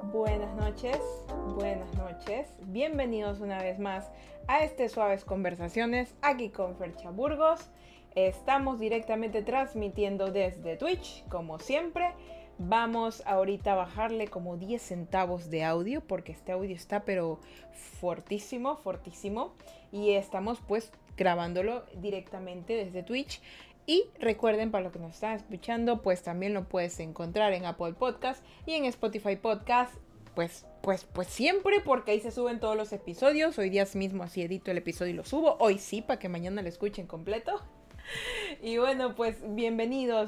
Buenas noches, buenas noches. Bienvenidos una vez más a este Suaves Conversaciones aquí con Fercha Burgos. Estamos directamente transmitiendo desde Twitch, como siempre. Vamos ahorita a bajarle como 10 centavos de audio porque este audio está pero fortísimo, fortísimo. Y estamos pues grabándolo directamente desde Twitch. Y recuerden, para los que nos están escuchando, pues también lo puedes encontrar en Apple Podcast y en Spotify Podcast. Pues siempre, porque ahí se suben todos los episodios. Hoy día mismo así edito el episodio y lo subo. Hoy sí, para que mañana lo escuchen completo. Y bueno, pues bienvenidos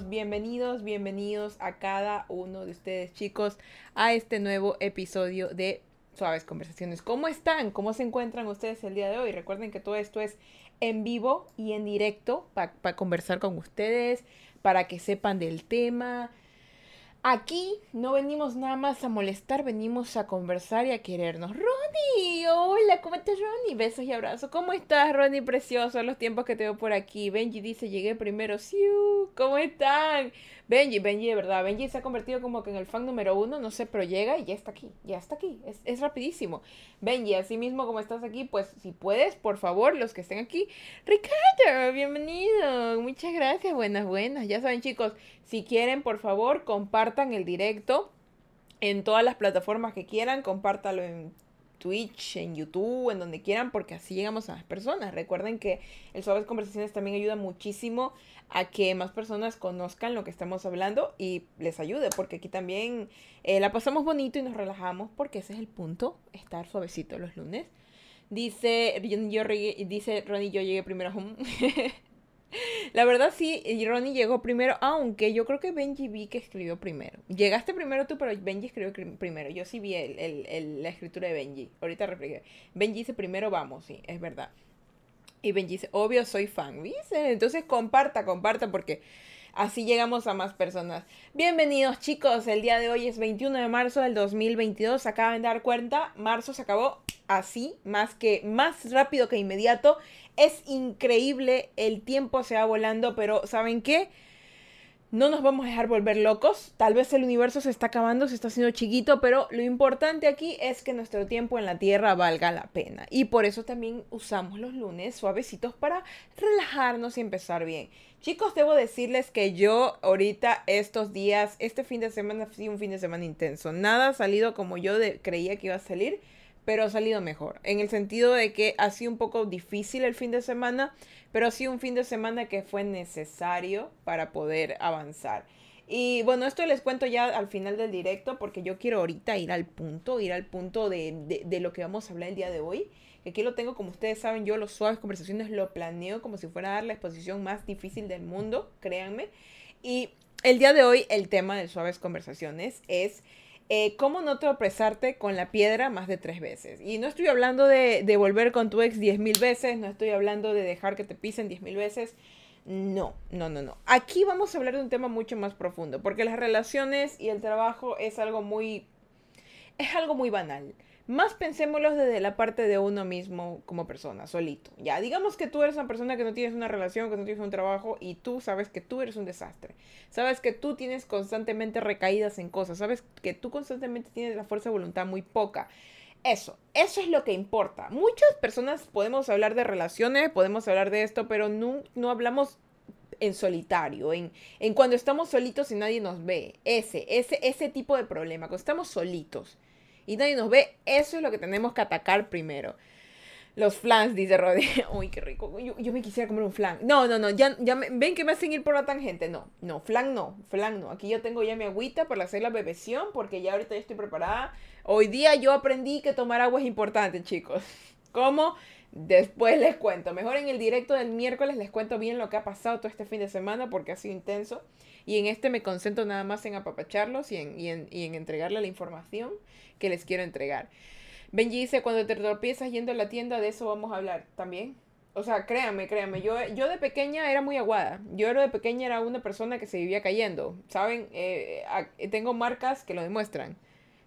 a cada uno de ustedes, chicos, a este nuevo episodio de Suaves Conversaciones. ¿Cómo están? ¿Cómo se encuentran ustedes el día de hoy? Recuerden que todo esto es en vivo y en directo para conversar con ustedes, para que sepan del tema. Aquí no venimos nada más a molestar, venimos a conversar y a querernos. Ronnie, hola, ¿cómo estás, Ronnie? Besos y abrazos. ¿Cómo estás, Ronnie, precioso? Los tiempos que te veo por aquí. Benji dice, llegué primero. ¡Siu! ¿Cómo están? Benji, de verdad, Benji se ha convertido como que en el fan número 1, no sé, pero llega y ya está aquí. Es rapidísimo. Benji, así mismo como estás aquí, pues si puedes, por favor, los que estén aquí. Ricardo, bienvenido. Muchas gracias, buenas. Ya saben, chicos, si quieren, por favor, compartan el directo en todas las plataformas que quieran. Compártalo en Twitch, en YouTube, en donde quieran, porque así llegamos a más personas. Recuerden que el Suaves Conversaciones también ayuda muchísimo a que más personas conozcan lo que estamos hablando y les ayude, porque aquí también la pasamos bonito y nos relajamos, porque ese es el punto, estar suavecito los lunes. Dice Ronnie, yo llegué primero. La verdad sí, Ronnie llegó primero, aunque yo creo que Benji vi que escribió primero. Llegaste primero tú, pero Benji escribió primero. Yo sí vi la escritura de Benji. Ahorita refleje. Benji dice primero vamos, sí, es verdad. Y Benji dice, obvio soy fan, ¿viste? Entonces comparta, porque así llegamos a más personas. Bienvenidos, chicos, el día de hoy es 21 de marzo del 2022. Se acaban de dar cuenta, marzo se acabó así, más rápido que inmediato. Es increíble, el tiempo se va volando, pero ¿saben qué? No nos vamos a dejar volver locos. Tal vez el universo se está acabando, se está haciendo chiquito, pero lo importante aquí es que nuestro tiempo en la Tierra valga la pena. Y por eso también usamos los lunes suavecitos para relajarnos y empezar bien. Chicos, debo decirles que yo ahorita estos días, este fin de semana ha sido un fin de semana intenso. Nada ha salido como yo creía que iba a salir, pero ha salido mejor. En el sentido de que ha sido un poco difícil el fin de semana, pero ha sido un fin de semana que fue necesario para poder avanzar. Y bueno, esto les cuento ya al final del directo, porque yo quiero ahorita ir al punto de lo que vamos a hablar el día de hoy. Que aquí lo tengo, como ustedes saben, yo los Suaves Conversaciones lo planeo como si fuera a dar la exposición más difícil del mundo, créanme. Y el día de hoy el tema de Suaves Conversaciones es cómo no tropezarte con la piedra más de 3 veces. Y no estoy hablando de volver con tu ex 10.000 veces, no estoy hablando de dejar que te pisen 10.000 veces. No. Aquí vamos a hablar de un tema mucho más profundo, porque las relaciones y el trabajo es algo muy banal. Más pensémoslo desde la parte de uno mismo como persona, solito. Ya, digamos que tú eres una persona que no tienes una relación, que no tienes un trabajo y tú sabes que tú eres un desastre. Sabes que tú tienes constantemente recaídas en cosas. Sabes que tú constantemente tienes la fuerza de voluntad muy poca. Eso es lo que importa. Muchas personas podemos hablar de relaciones, podemos hablar de esto, pero no hablamos en solitario, en cuando estamos solitos y nadie nos ve. Ese tipo de problema, cuando estamos solitos y nadie nos ve, eso es lo que tenemos que atacar primero. Los flans, dice Rodri. Uy, qué rico. Yo me quisiera comer un flan. No. Ven que me hacen ir por la tangente. No, flan no. Aquí yo tengo ya mi agüita para hacer la bebesión, porque ya ahorita ya estoy preparada. Hoy día yo aprendí que tomar agua es importante, chicos. ¿Cómo? Después les cuento. Mejor en el directo del miércoles les cuento bien lo que ha pasado todo este fin de semana, porque ha sido intenso. Y en este me concentro nada más en apapacharlos y en entregarle la información que les quiero entregar. Benji dice, cuando te tropiezas yendo a la tienda, de eso vamos a hablar también. O sea, créanme, yo de pequeña era muy aguada. Yo de pequeña era una persona que se vivía cayendo. ¿Saben? Tengo marcas que lo demuestran.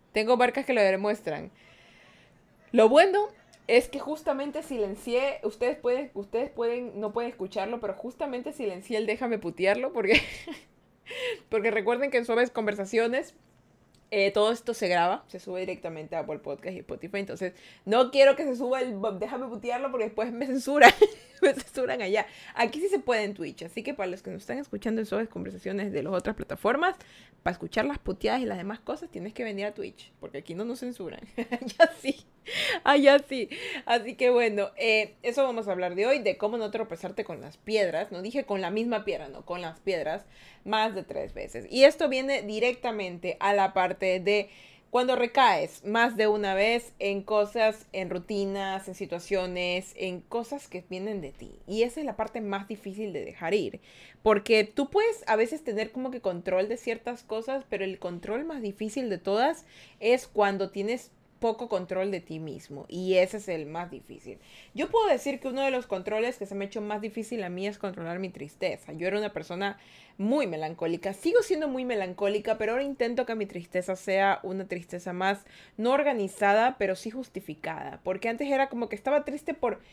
Lo bueno es que justamente silencié, ustedes pueden, no pueden escucharlo, pero justamente silencié el déjame putearlo, porque recuerden que en Suaves Conversaciones Todo esto se graba, se sube directamente a Apple Podcast y Spotify. Entonces, no quiero que se suba déjame putearlo porque después me censuran. Me censuran allá. Aquí sí se puede en Twitch. Así que para los que nos están escuchando en Suaves Conversaciones de las otras plataformas, para escuchar las puteadas y las demás cosas, tienes que venir a Twitch. Porque aquí no nos censuran. Allá sí. Allá sí. Así que bueno, eso vamos a hablar de hoy. De cómo no tropezarte con las piedras. No dije con la misma piedra, no, con las piedras. Más de 3 veces. Y esto viene directamente a la parte de cuando recaes más de una vez en cosas, en rutinas, en situaciones, en cosas que vienen de ti. Y esa es la parte más difícil de dejar ir. Porque tú puedes a veces tener como que control de ciertas cosas, pero el control más difícil de todas es cuando tienes poco control de ti mismo, y ese es el más difícil. Yo puedo decir que uno de los controles que se me ha hecho más difícil a mí es controlar mi tristeza. Yo era una persona muy melancólica, sigo siendo muy melancólica, pero ahora intento que mi tristeza sea una tristeza más no organizada, pero sí justificada, porque antes era como que estaba triste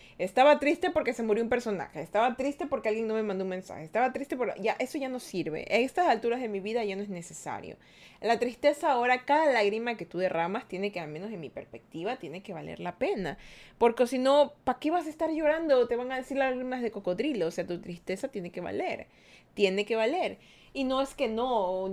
porque se murió un personaje, estaba triste porque alguien no me mandó un mensaje, estaba triste por ya eso ya no sirve. A estas alturas de mi vida ya no es necesario. La tristeza ahora, cada lágrima que tú derramas tiene que, al menos en mi perspectiva, tiene que valer la pena. Porque si no, ¿para qué vas a estar llorando? Te van a decir lágrimas de cocodrilo. O sea, tu tristeza tiene que valer. Tiene que valer. Y no es que no,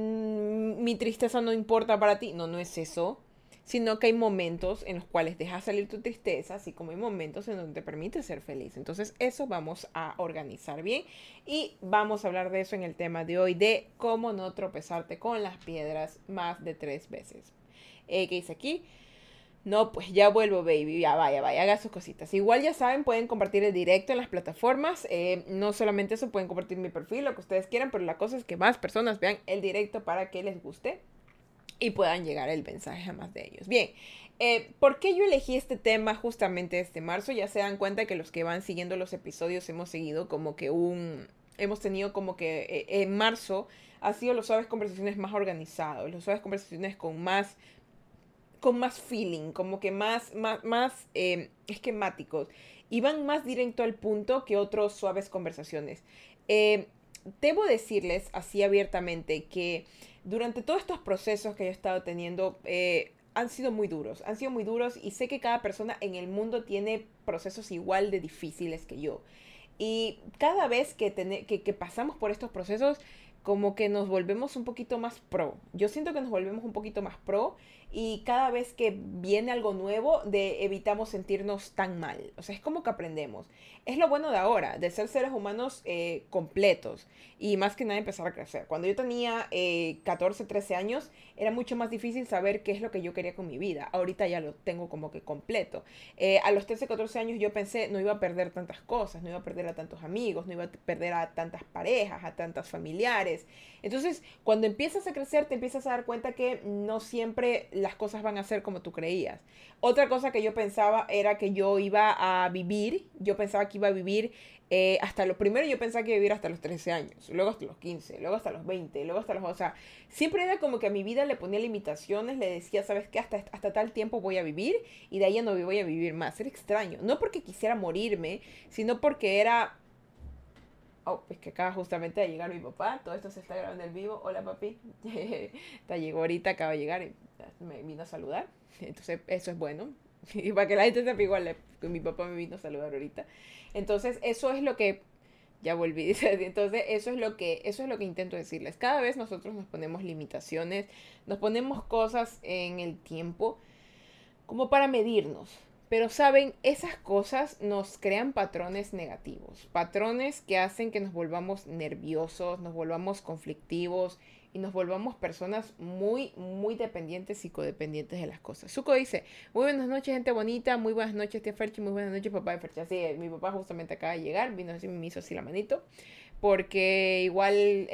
mi tristeza no importa para ti. No, no es eso. Sino que hay momentos en los cuales dejas salir tu tristeza, así como hay momentos en donde te permite ser feliz. Entonces eso vamos a organizar bien y vamos a hablar de eso en el tema de hoy, de cómo no tropezarte con las piedras más de 3 veces. ¿Qué dice aquí? No, pues ya vuelvo, baby. Ya vaya, haga sus cositas. Igual ya saben, pueden compartir el directo en las plataformas. No solamente eso, pueden compartir mi perfil, lo que ustedes quieran, pero la cosa es que más personas vean el directo para que les guste y puedan llegar el mensaje a más de ellos. Bien, ¿por qué yo elegí este tema justamente este marzo? Ya se dan cuenta que los que van siguiendo los episodios hemos seguido como que hemos tenido como que en marzo ha sido los suaves conversaciones más organizados, los suaves conversaciones con más feeling, como que más esquemáticos, y van más directo al punto que otros suaves conversaciones. Debo decirles así abiertamente que durante todos estos procesos que yo he estado teniendo, han sido muy duros, y sé que cada persona en el mundo tiene procesos igual de difíciles que yo. Y cada vez que pasamos por estos procesos, como que nos volvemos un poquito más pro. Yo siento que nos volvemos un poquito más pro y cada vez que viene algo nuevo, evitamos sentirnos tan mal. O sea, es como que aprendemos. Es lo bueno de ahora, de ser seres humanos completos y más que nada empezar a crecer. Cuando yo tenía 14, 13 años, era mucho más difícil saber qué es lo que yo quería con mi vida. Ahorita ya lo tengo como que completo. A los 13, 14 años yo pensé, no iba a perder tantas cosas, no iba a perder a tantos amigos, no iba a perder a tantas parejas, a tantas familiares. Entonces, cuando empiezas a crecer, te empiezas a dar cuenta que no siempre las cosas van a ser como tú creías. Otra cosa que yo pensaba era que yo iba a vivir, yo pensaba que iba a vivir hasta lo primero, yo pensaba que iba a vivir hasta los 13 años, luego hasta los 15, luego hasta los 20, luego hasta los... O sea, siempre era como que a mi vida le ponía limitaciones, le decía, ¿sabes qué? Hasta tal tiempo voy a vivir y de ahí ya no voy a vivir más. Era extraño, no porque quisiera morirme, sino porque era... Oh, es que acaba justamente de llegar mi papá. Todo esto se está grabando en vivo. Hola, papi. Llegó ahorita, acaba de llegar y me vino a saludar. Entonces, eso es bueno. Y para que la gente sepa igual, mi papá me vino a saludar ahorita. Entonces, eso es lo que... Ya volví. Entonces, eso es lo que intento decirles. Cada vez nosotros nos ponemos limitaciones, nos ponemos cosas en el tiempo como para medirnos. Pero saben, esas cosas nos crean patrones negativos, patrones que hacen que nos volvamos nerviosos, nos volvamos conflictivos y nos volvamos personas muy, muy dependientes y codependientes de las cosas. Zuko dice, muy buenas noches, gente bonita, muy buenas noches, tía Ferchi, muy buenas noches, papá de Ferchi. Sí, mi papá justamente acaba de llegar, vino así, me hizo así la manito, porque igual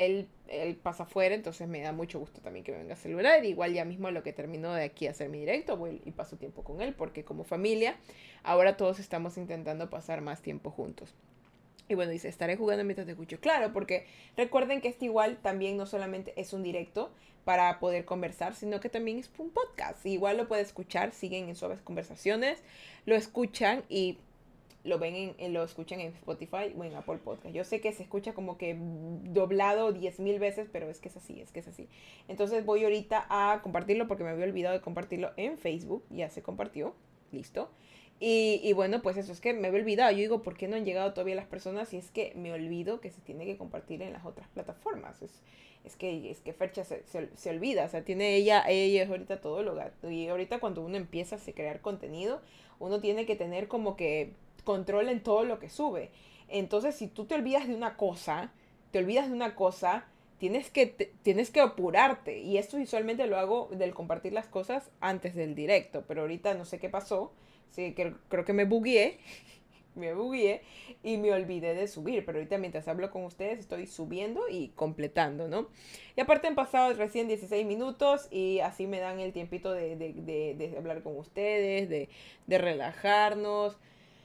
él pasa afuera, entonces me da mucho gusto también que me venga a saludar. Igual ya mismo lo que termino de aquí hacer mi directo, voy y paso tiempo con él, porque como familia, ahora todos estamos intentando pasar más tiempo juntos. Y bueno, dice, estaré jugando mientras te escucho. Claro, porque recuerden que este igual también no solamente es un directo para poder conversar, sino que también es un podcast. Igual lo puede escuchar, siguen en Suaves Conversaciones, lo escuchan y lo ven lo escuchan en Spotify o en Apple Podcast. Yo sé que se escucha como que doblado 10,000 veces, pero es que es así, es que es así. Entonces voy ahorita a compartirlo porque me había olvidado de compartirlo en Facebook. Ya se compartió, listo. Y bueno, pues eso, es que me había olvidado. Yo digo, ¿por qué no han llegado todavía las personas? Y es que me olvido que se tiene que compartir en las otras plataformas. Es que Fercha se olvida, o sea, ella es ahorita todóloga. Y ahorita cuando uno empieza a crear contenido, uno tiene que tener como que control en todo lo que sube. Entonces, si tú te olvidas de una cosa, tienes que apurarte. Y esto visualmente lo hago del compartir las cosas antes del directo. Pero ahorita no sé qué pasó. Sí, creo que me bugueé. Me bugueé y me olvidé de subir. Pero ahorita mientras hablo con ustedes estoy subiendo y completando, ¿no? Y aparte han pasado recién 16 minutos y así me dan el tiempito de hablar con ustedes, de relajarnos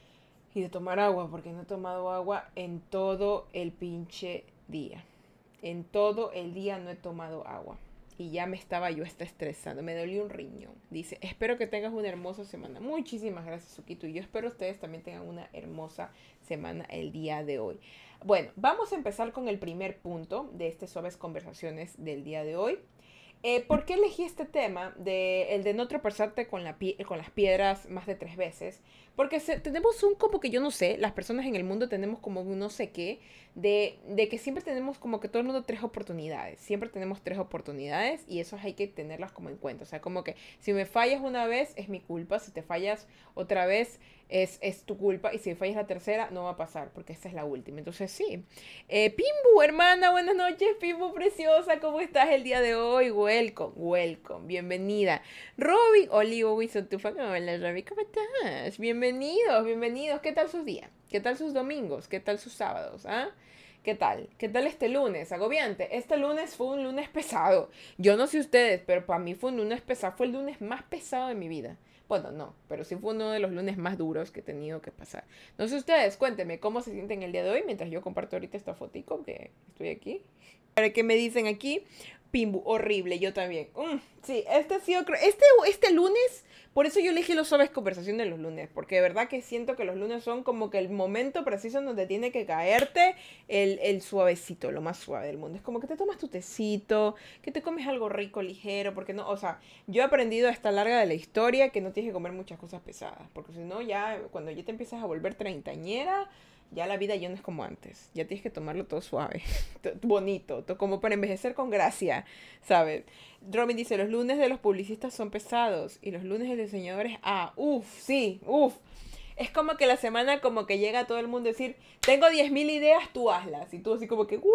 y de tomar agua. Porque no he tomado agua en todo el pinche día. En todo el día no he tomado agua. Y ya me estaba yo estresando. Me dolió un riñón. Dice, espero que tengas una hermosa semana. Muchísimas gracias, Suquito. Y yo espero ustedes también tengan una hermosa semana el día de hoy. Bueno, vamos a empezar con el primer punto de estas suaves conversaciones del día de hoy. ¿Por qué elegí este tema el de no tropezarte con las piedras más de 3 veces? Porque tenemos como que yo no sé, las personas en el mundo tenemos como un no sé qué, de que siempre tenemos como que todo el mundo 3 oportunidades. Siempre tenemos 3 oportunidades y eso hay que tenerlas como en cuenta. O sea, como que si me fallas una vez es mi culpa, si te fallas otra vez es tu culpa y si fallas la tercera no va a pasar porque esta es la última. Entonces sí. Pimbu, hermana, buenas noches, Pimbu preciosa, ¿cómo estás el día de hoy? Welcome, bienvenida. Robin, Olivo Wilson, tu fan, hola Robin, ¿cómo estás? Bienvenidos, ¿qué tal sus días? ¿Qué tal sus domingos? ¿Qué tal sus sábados? ¿Ah? ¿Qué tal? ¿Qué tal este lunes? Agobiante. Este lunes fue un lunes pesado. Yo no sé ustedes, pero para mí fue un lunes pesado. Fue el lunes más pesado de mi vida. Bueno, no, pero sí fue uno de los lunes más duros que he tenido que pasar. No sé ustedes, cuéntenme cómo se sienten el día de hoy mientras yo comparto ahorita esta fotico que estoy aquí. A ver qué me dicen aquí. Pimbu, horrible, yo también. Sí, este ha sido... Este lunes, por eso yo elegí los suaves conversaciones los lunes, porque de verdad que siento que los lunes son como que el momento preciso en donde tiene que caerte el suavecito, lo más suave del mundo. Es como que te tomas tu tecito, que te comes algo rico, ligero, porque no, o sea, yo he aprendido a esta larga de la historia que no tienes que comer muchas cosas pesadas, porque si no, ya cuando ya te empiezas a volver treintañera, ya la vida ya no es como antes. Ya tienes que tomarlo todo suave, bonito, como para envejecer con gracia, ¿sabes? Robin dice, los lunes de los publicistas son pesados y los lunes de los diseñadores, sí. Es como que la semana como que llega todo el mundo a decir, tengo 10,000 ideas, tú hazlas. Y tú así como que, ¿what?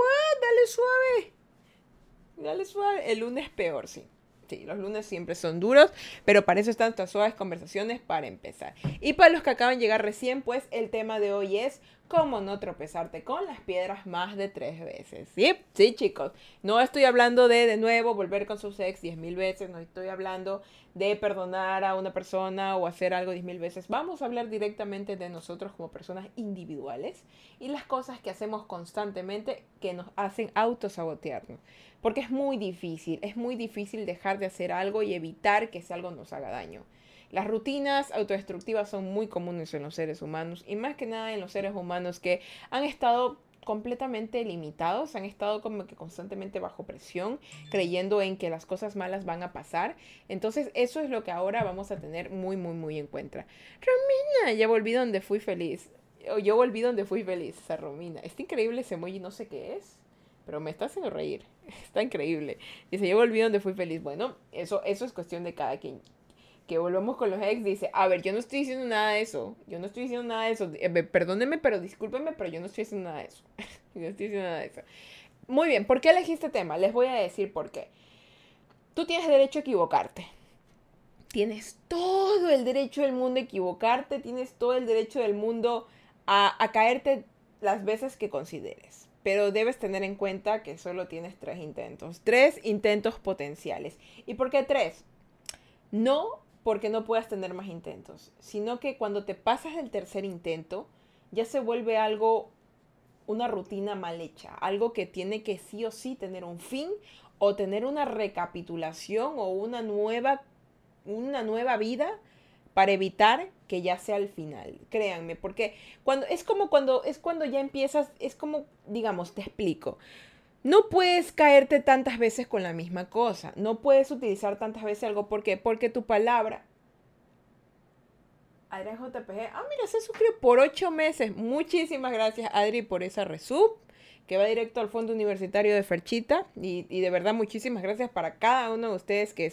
Dale suave. El lunes peor, sí. Sí, los lunes siempre son duros, pero para eso están estas suaves conversaciones para empezar. Y para los que acaban de llegar recién, pues el tema de hoy es cómo no tropezarte con las piedras más de 3 veces. Sí, chicos. No estoy hablando de nuevo volver con su ex 10,000 veces, no estoy hablando de perdonar a una persona o hacer algo 10,000 veces. Vamos a hablar directamente de nosotros como personas individuales y las cosas que hacemos constantemente que nos hacen autosabotearnos. Porque es muy difícil dejar de hacer algo y evitar que ese algo nos haga daño. Las rutinas autodestructivas son muy comunes en los seres humanos y más que nada en los seres humanos que han estado completamente limitados, han estado como que constantemente bajo presión, creyendo en que las cosas malas van a pasar. Entonces eso es lo que ahora vamos a tener muy en cuenta. Romina, ya volví donde fui feliz. Yo volví donde fui feliz, esa Romina. Está increíble ese emoji, no sé qué es, pero me está haciendo reír. Está increíble. Dice, yo volví donde fui feliz. Bueno, eso es cuestión de cada quien. Que volvamos con los ex, dice, a ver, yo no estoy diciendo nada de eso. Perdónenme, pero discúlpenme, pero yo no estoy diciendo nada de eso. Yo no estoy diciendo nada de eso. Muy bien, ¿por qué elegí este tema? Les voy a decir por qué. Tú tienes derecho a equivocarte. Tienes todo el derecho del mundo a equivocarte. Tienes todo el derecho del mundo a caerte las veces que consideres. Pero debes tener en cuenta que solo tienes 3 intentos. 3 intentos potenciales. ¿Y por qué 3? No porque no puedas tener más intentos, sino que cuando te pasas del tercer intento, ya se vuelve algo, una rutina mal hecha. Algo que tiene que sí o sí tener un fin o tener una recapitulación o una nueva vida para evitar que ya sea el final. Créanme, porque cuando ya empiezas, es como, digamos, te explico. No puedes caerte tantas veces con la misma cosa. No puedes utilizar tantas veces algo. ¿Por qué? Porque tu palabra... Adrián JPG. Ah, mira, se suscribió por 8 meses. Muchísimas gracias, Adri, por esa resub que va directo al Fondo Universitario de Ferchita. Y de verdad, muchísimas gracias para cada uno de ustedes que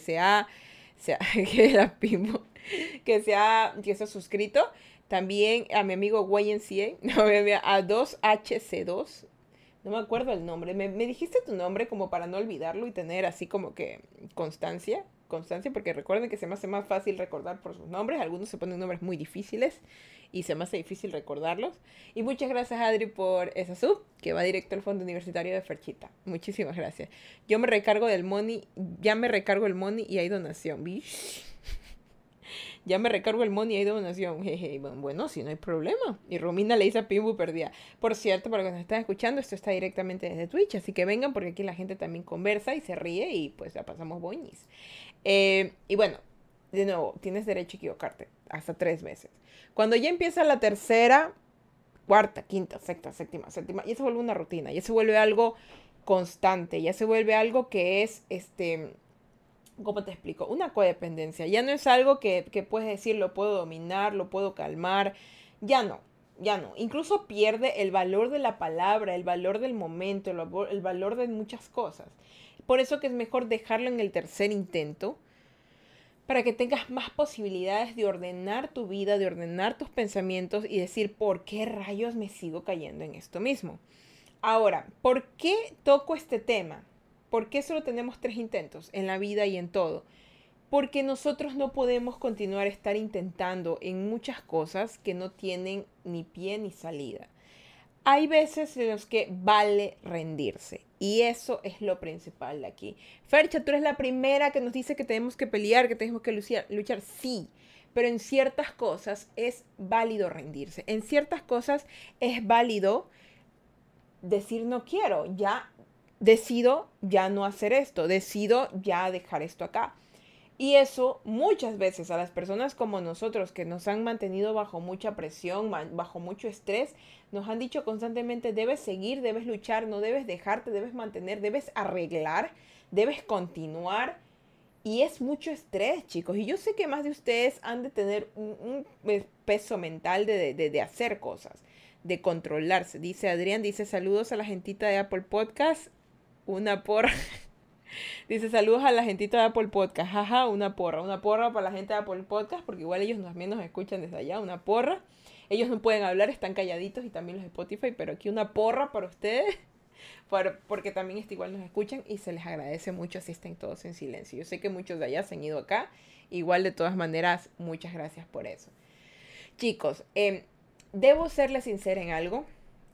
que la pimo, que se ha suscrito. También a mi amigo YNCA, no, a 2HC2. No me acuerdo el nombre. Me dijiste tu nombre como para no olvidarlo y tener así como que constancia, porque recuerden que se me hace más fácil recordar por sus nombres. Algunos se ponen nombres muy difíciles y se me hace difícil recordarlos. Y muchas gracias, Adri, por esa sub que va directo al Fondo Universitario de Ferchita. Muchísimas gracias. Yo me recargo del money, ya me recargo el money y hay donación. ¿Vis? Ya me recargo el money y hay donación. Jeje, bueno, si no hay problema. Y Romina le dice a Pimbu perdida. Por cierto, para los que nos están escuchando, esto está directamente desde Twitch, así que vengan porque aquí la gente también conversa y se ríe y pues la pasamos boñis. Y bueno, de nuevo, tienes derecho a equivocarte hasta 3 veces. Cuando ya empieza la tercera, cuarta, quinta, sexta, séptima, ya se vuelve una rutina, ya se vuelve algo constante, ya se vuelve algo que es, ¿cómo te explico? Una codependencia. Ya no es algo que puedes decir, lo puedo dominar, lo puedo calmar. Ya no, ya no. Incluso pierde el valor de la palabra, el valor del momento, el valor de muchas cosas. Por eso que es mejor dejarlo en el tercer intento, para que tengas más posibilidades de ordenar tu vida, de ordenar tus pensamientos y decir, ¿por qué rayos me sigo cayendo en esto mismo? Ahora, ¿por qué toco este tema? ¿Por qué solo tenemos 3 intentos en la vida y en todo? Porque nosotros no podemos continuar a estar intentando en muchas cosas que no tienen ni pie ni salida. Hay veces en los que vale rendirse. Y eso es lo principal de aquí. Fercha, tú eres la primera que nos dice que tenemos que pelear, que tenemos que luchar. Sí, pero en ciertas cosas es válido rendirse. En ciertas cosas es válido decir no quiero. Ya decido ya no hacer esto. Decido ya dejar esto acá. Y eso muchas veces a las personas como nosotros que nos han mantenido bajo mucha presión, bajo mucho estrés, nos han dicho constantemente debes seguir, debes luchar, no debes dejarte, debes mantener, debes arreglar, debes continuar. Y es mucho estrés, chicos. Y yo sé que más de ustedes han de tener un peso mental de hacer cosas, de controlarse. Dice Adrián, dice saludos a la gentita de Apple Podcast. Una porra. Dice saludos a la gentita de Apple Podcast. Jaja, una porra para la gente de Apple Podcast, porque igual ellos también nos escuchan desde allá, una porra. Ellos no pueden hablar, están calladitos y también los de Spotify, pero aquí una porra para ustedes, porque también igual nos escuchan y se les agradece mucho si estén todos en silencio. Yo sé que muchos de allá se han ido acá, igual de todas maneras, muchas gracias por eso. Chicos, debo serles sincera en algo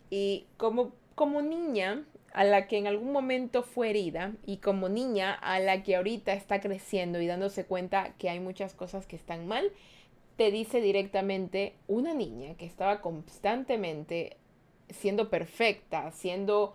y como niña a la que en algún momento fue herida y como niña a la que ahorita está creciendo y dándose cuenta que hay muchas cosas que están mal, te dice directamente una niña que estaba constantemente siendo perfecta, siendo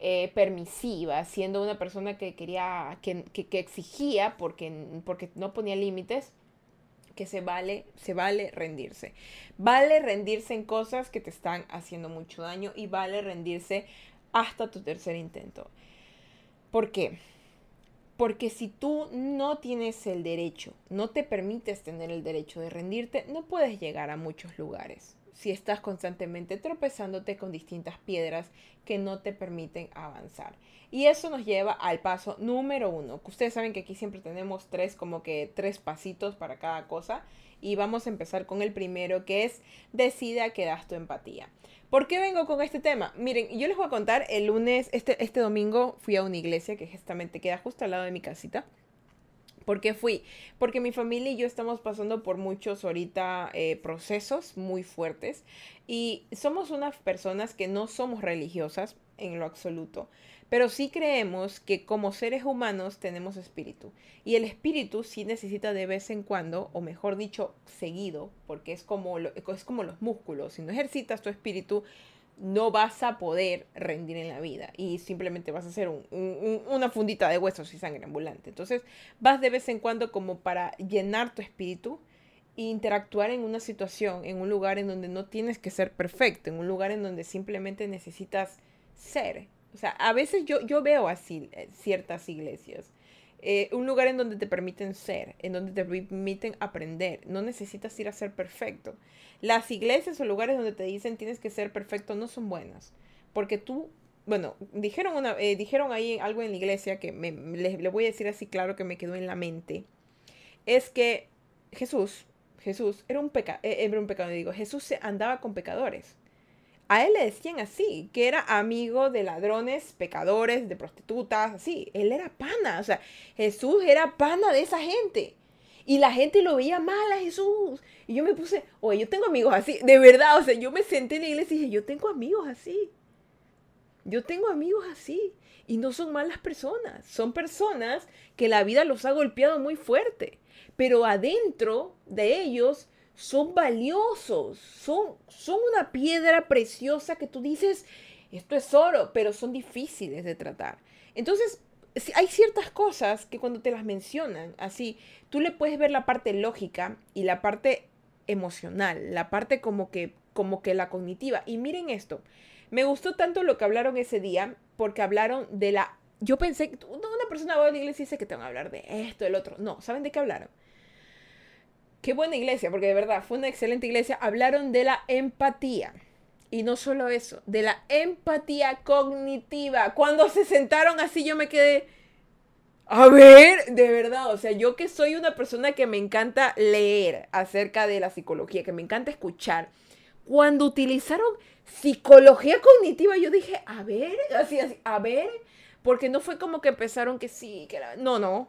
permisiva, siendo una persona que quería, que exigía porque no ponía límites, que se vale rendirse. Vale rendirse en cosas que te están haciendo mucho daño y vale rendirse hasta tu tercer intento. ¿Por qué? Porque si tú no tienes el derecho, no te permites tener el derecho de rendirte, no puedes llegar a muchos lugares. Si estás constantemente tropezándote con distintas piedras que no te permiten avanzar. Y eso nos lleva al paso número 1. Ustedes saben que aquí siempre tenemos 3 pasitos para cada cosa. Y vamos a empezar con el primero, que es decida que das tu empatía. ¿Por qué vengo con este tema? Miren, yo les voy a contar, el lunes, este domingo fui a una iglesia que justamente queda justo al lado de mi casita. ¿Por qué fui? Porque mi familia y yo estamos pasando por muchos ahorita procesos muy fuertes y somos unas personas que no somos religiosas en lo absoluto, pero sí creemos que como seres humanos tenemos espíritu y el espíritu sí necesita de vez en cuando, o mejor dicho, seguido, porque es como los músculos. Si no ejercitas tu espíritu, no vas a poder rendir en la vida y simplemente vas a ser una fundita de huesos y sangre ambulante. Entonces vas de vez en cuando como para llenar tu espíritu interactuar en una situación, en un lugar en donde no tienes que ser perfecto, en un lugar en donde simplemente necesitas ser. O sea, a veces yo veo así ciertas iglesias. Un lugar en donde te permiten ser, en donde te permiten aprender. No necesitas ir a ser perfecto. Las iglesias o lugares donde te dicen tienes que ser perfecto no son buenas. Porque tú, bueno, dijeron ahí algo en la iglesia que le voy a decir así claro que me quedó en la mente. Es que Jesús era un pecador, digo, Jesús andaba con pecadores. A él le decían así, que era amigo de ladrones, pecadores, de prostitutas, así. Él era pana, o sea, Jesús era pana de esa gente. Y la gente lo veía mal a Jesús. Y yo me puse, oye, yo tengo amigos así, de verdad, o sea, yo me senté en la iglesia y dije, yo tengo amigos así. Yo tengo amigos así. Y no son malas personas, son personas que la vida los ha golpeado muy fuerte. Pero adentro de ellos son valiosos, son una piedra preciosa que tú dices, esto es oro, pero son difíciles de tratar. Entonces, hay ciertas cosas que cuando te las mencionan, así, tú le puedes ver la parte lógica y la parte emocional, la parte como que la cognitiva. Y miren esto, me gustó tanto lo que hablaron ese día, porque hablaron de la... Yo pensé que una persona va a la iglesia y dice que te van a hablar de esto, del otro. No, ¿saben de qué hablaron? Qué buena iglesia, porque de verdad fue una excelente iglesia. Hablaron de la empatía. Y no solo eso, de la empatía cognitiva. Cuando se sentaron así yo me quedé... A ver, de verdad, o sea, yo que soy una persona que me encanta leer acerca de la psicología, que me encanta escuchar. Cuando utilizaron psicología cognitiva, yo dije, a ver, así, a ver, porque no fue como que empezaron que sí, que la...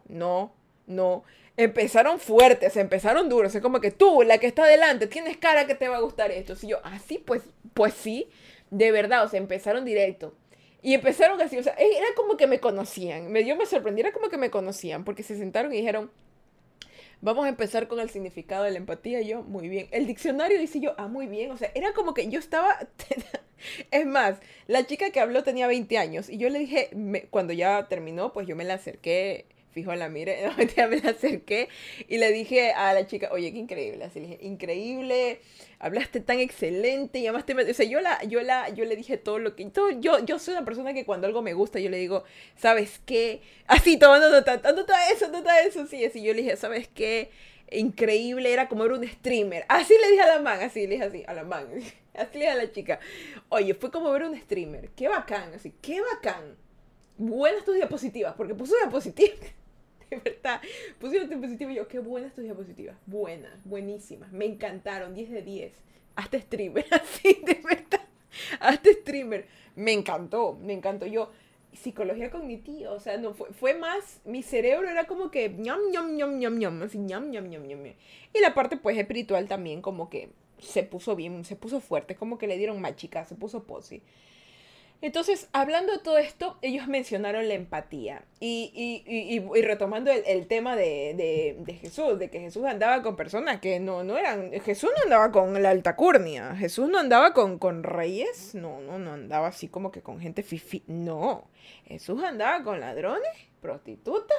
No. Empezaron fuertes, empezaron duros. Es como que tú, la que está adelante, tienes cara que te va a gustar esto. Si yo, así, pues sí, de verdad, o sea, empezaron directo. Y empezaron así, o sea, era como que me conocían. Yo me sorprendí, era como que me conocían, porque se sentaron y dijeron, vamos a empezar con el significado de la empatía. Y yo, muy bien. El diccionario dice yo, muy bien. O sea, era como que yo estaba... Es más, la chica que habló tenía 20 años. Y yo le dije, cuando ya terminó, pues yo me la acerqué. Fijo la mire, ya me la acerqué. Y le dije a la chica, oye, qué increíble. Así le dije, increíble. Hablaste tan excelente. Llamaste... O sea, yo le dije todo lo que... Yo soy una persona que cuando algo me gusta, yo le digo, ¿sabes qué? Así, tomando nota eso, sí, así. Yo le dije, ¿sabes qué? Increíble, era como era un streamer. Así le dije a la man, así le dije así, a la man. Así le dije a la chica. Oye, fue como ver un streamer. Qué bacán, así, qué bacán. Buenas tus diapositivas, porque puso diapositivas. De verdad, puse una diapositiva y yo, qué buenas tus diapositivas. Buenas, buenísimas. Me encantaron, 10 de 10. Hazte streamer, así, de verdad. Hazte streamer. Me encantó. Yo, psicología cognitiva, o sea, no fue más, mi cerebro era como que ñam, ñam, ñam, ñam, ñam, así ñam, ñam, ñam, ñam. Y la parte pues espiritual también como que se puso bien, se puso fuerte, como que le dieron más chica, se puso posi. Entonces, hablando de todo esto, ellos mencionaron la empatía. Y retomando el tema de Jesús, de que Jesús andaba con personas que no eran... Jesús no andaba con la altakurnia. Jesús no andaba con reyes. No andaba así como que con gente fifi. No. Jesús andaba con ladrones, prostitutas,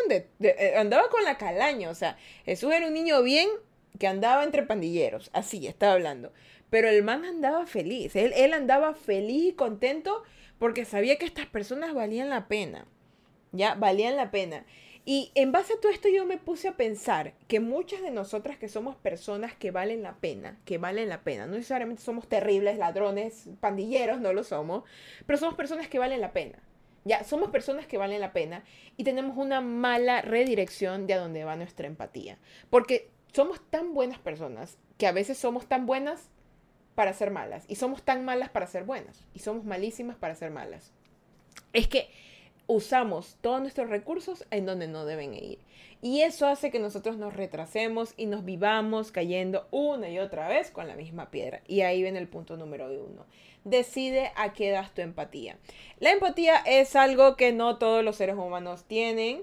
andaba con la calaña. O sea, Jesús era un niño bien que andaba entre pandilleros. Así, estaba hablando. Pero el man andaba feliz, él andaba feliz y contento porque sabía que estas personas valían la pena, ¿ya? Valían la pena. Y en base a todo esto yo me puse a pensar que muchas de nosotras que somos personas que valen la pena, no necesariamente somos terribles, ladrones, pandilleros, no lo somos, pero somos personas que valen la pena. Ya, somos personas que valen la pena y tenemos una mala redirección de a dónde va nuestra empatía. Porque somos tan buenas personas que a veces somos tan buenas para ser malas. Y somos tan malas para ser buenas. Y somos malísimas para ser malas. Es que usamos todos nuestros recursos en donde no deben ir. Y eso hace que nosotros nos retrasemos y nos vivamos cayendo una y otra vez con la misma piedra. Y ahí viene el punto número 1. Decide a qué das tu empatía. La empatía es algo que no todos los seres humanos tienen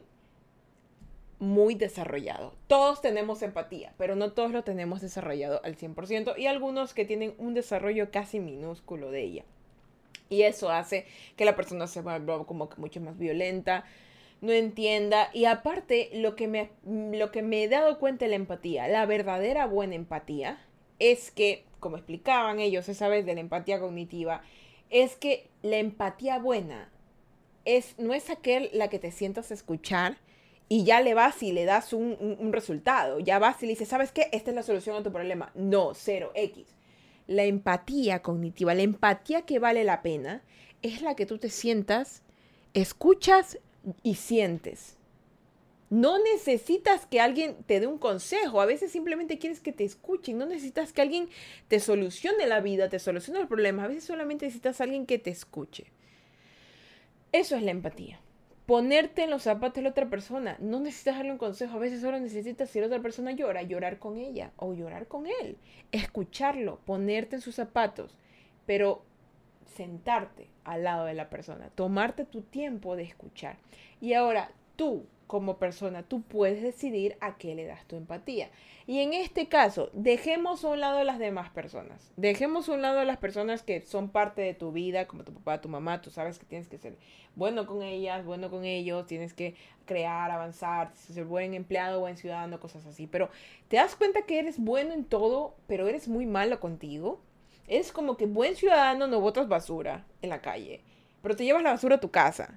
muy desarrollado. Todos tenemos empatía, pero no todos lo tenemos desarrollado al 100% y algunos que tienen un desarrollo casi minúsculo de ella. Y eso hace que la persona se vuelva como que mucho más violenta, no entienda. Y aparte, lo que me he dado cuenta de la empatía, la verdadera buena empatía, es que, como explicaban ellos esa vez de la empatía cognitiva, es que la empatía buena no es aquel la que te sientas a escuchar y ya le vas y le das un resultado. Ya vas y le dices, ¿sabes qué? Esta es la solución a tu problema. No, 0x. La empatía cognitiva, la empatía que vale la pena, es la que tú te sientas, escuchas y sientes. No necesitas que alguien te dé un consejo. A veces simplemente quieres que te escuchen. No necesitas que alguien te solucione la vida, te solucione el problema. A veces solamente necesitas a alguien que te escuche. Eso es la empatía. Ponerte en los zapatos de la otra persona. No necesitas darle un consejo. A veces solo necesitas, si la otra persona llora, llorar con ella o llorar con él. Escucharlo, ponerte en sus zapatos. Pero sentarte al lado de la persona. Tomarte tu tiempo de escuchar. Y ahora tú, como persona, tú puedes decidir a qué le das tu empatía. Y en este caso, dejemos a un lado a las demás personas. Dejemos a un lado a las personas que son parte de tu vida, como tu papá, tu mamá. Tú sabes que tienes que ser bueno con ellas, bueno con ellos. Tienes que crear, avanzar, ser buen empleado, buen ciudadano, cosas así. Pero te das cuenta que eres bueno en todo, pero eres muy malo contigo. Eres como que buen ciudadano, no botas basura en la calle, pero te llevas la basura a tu casa.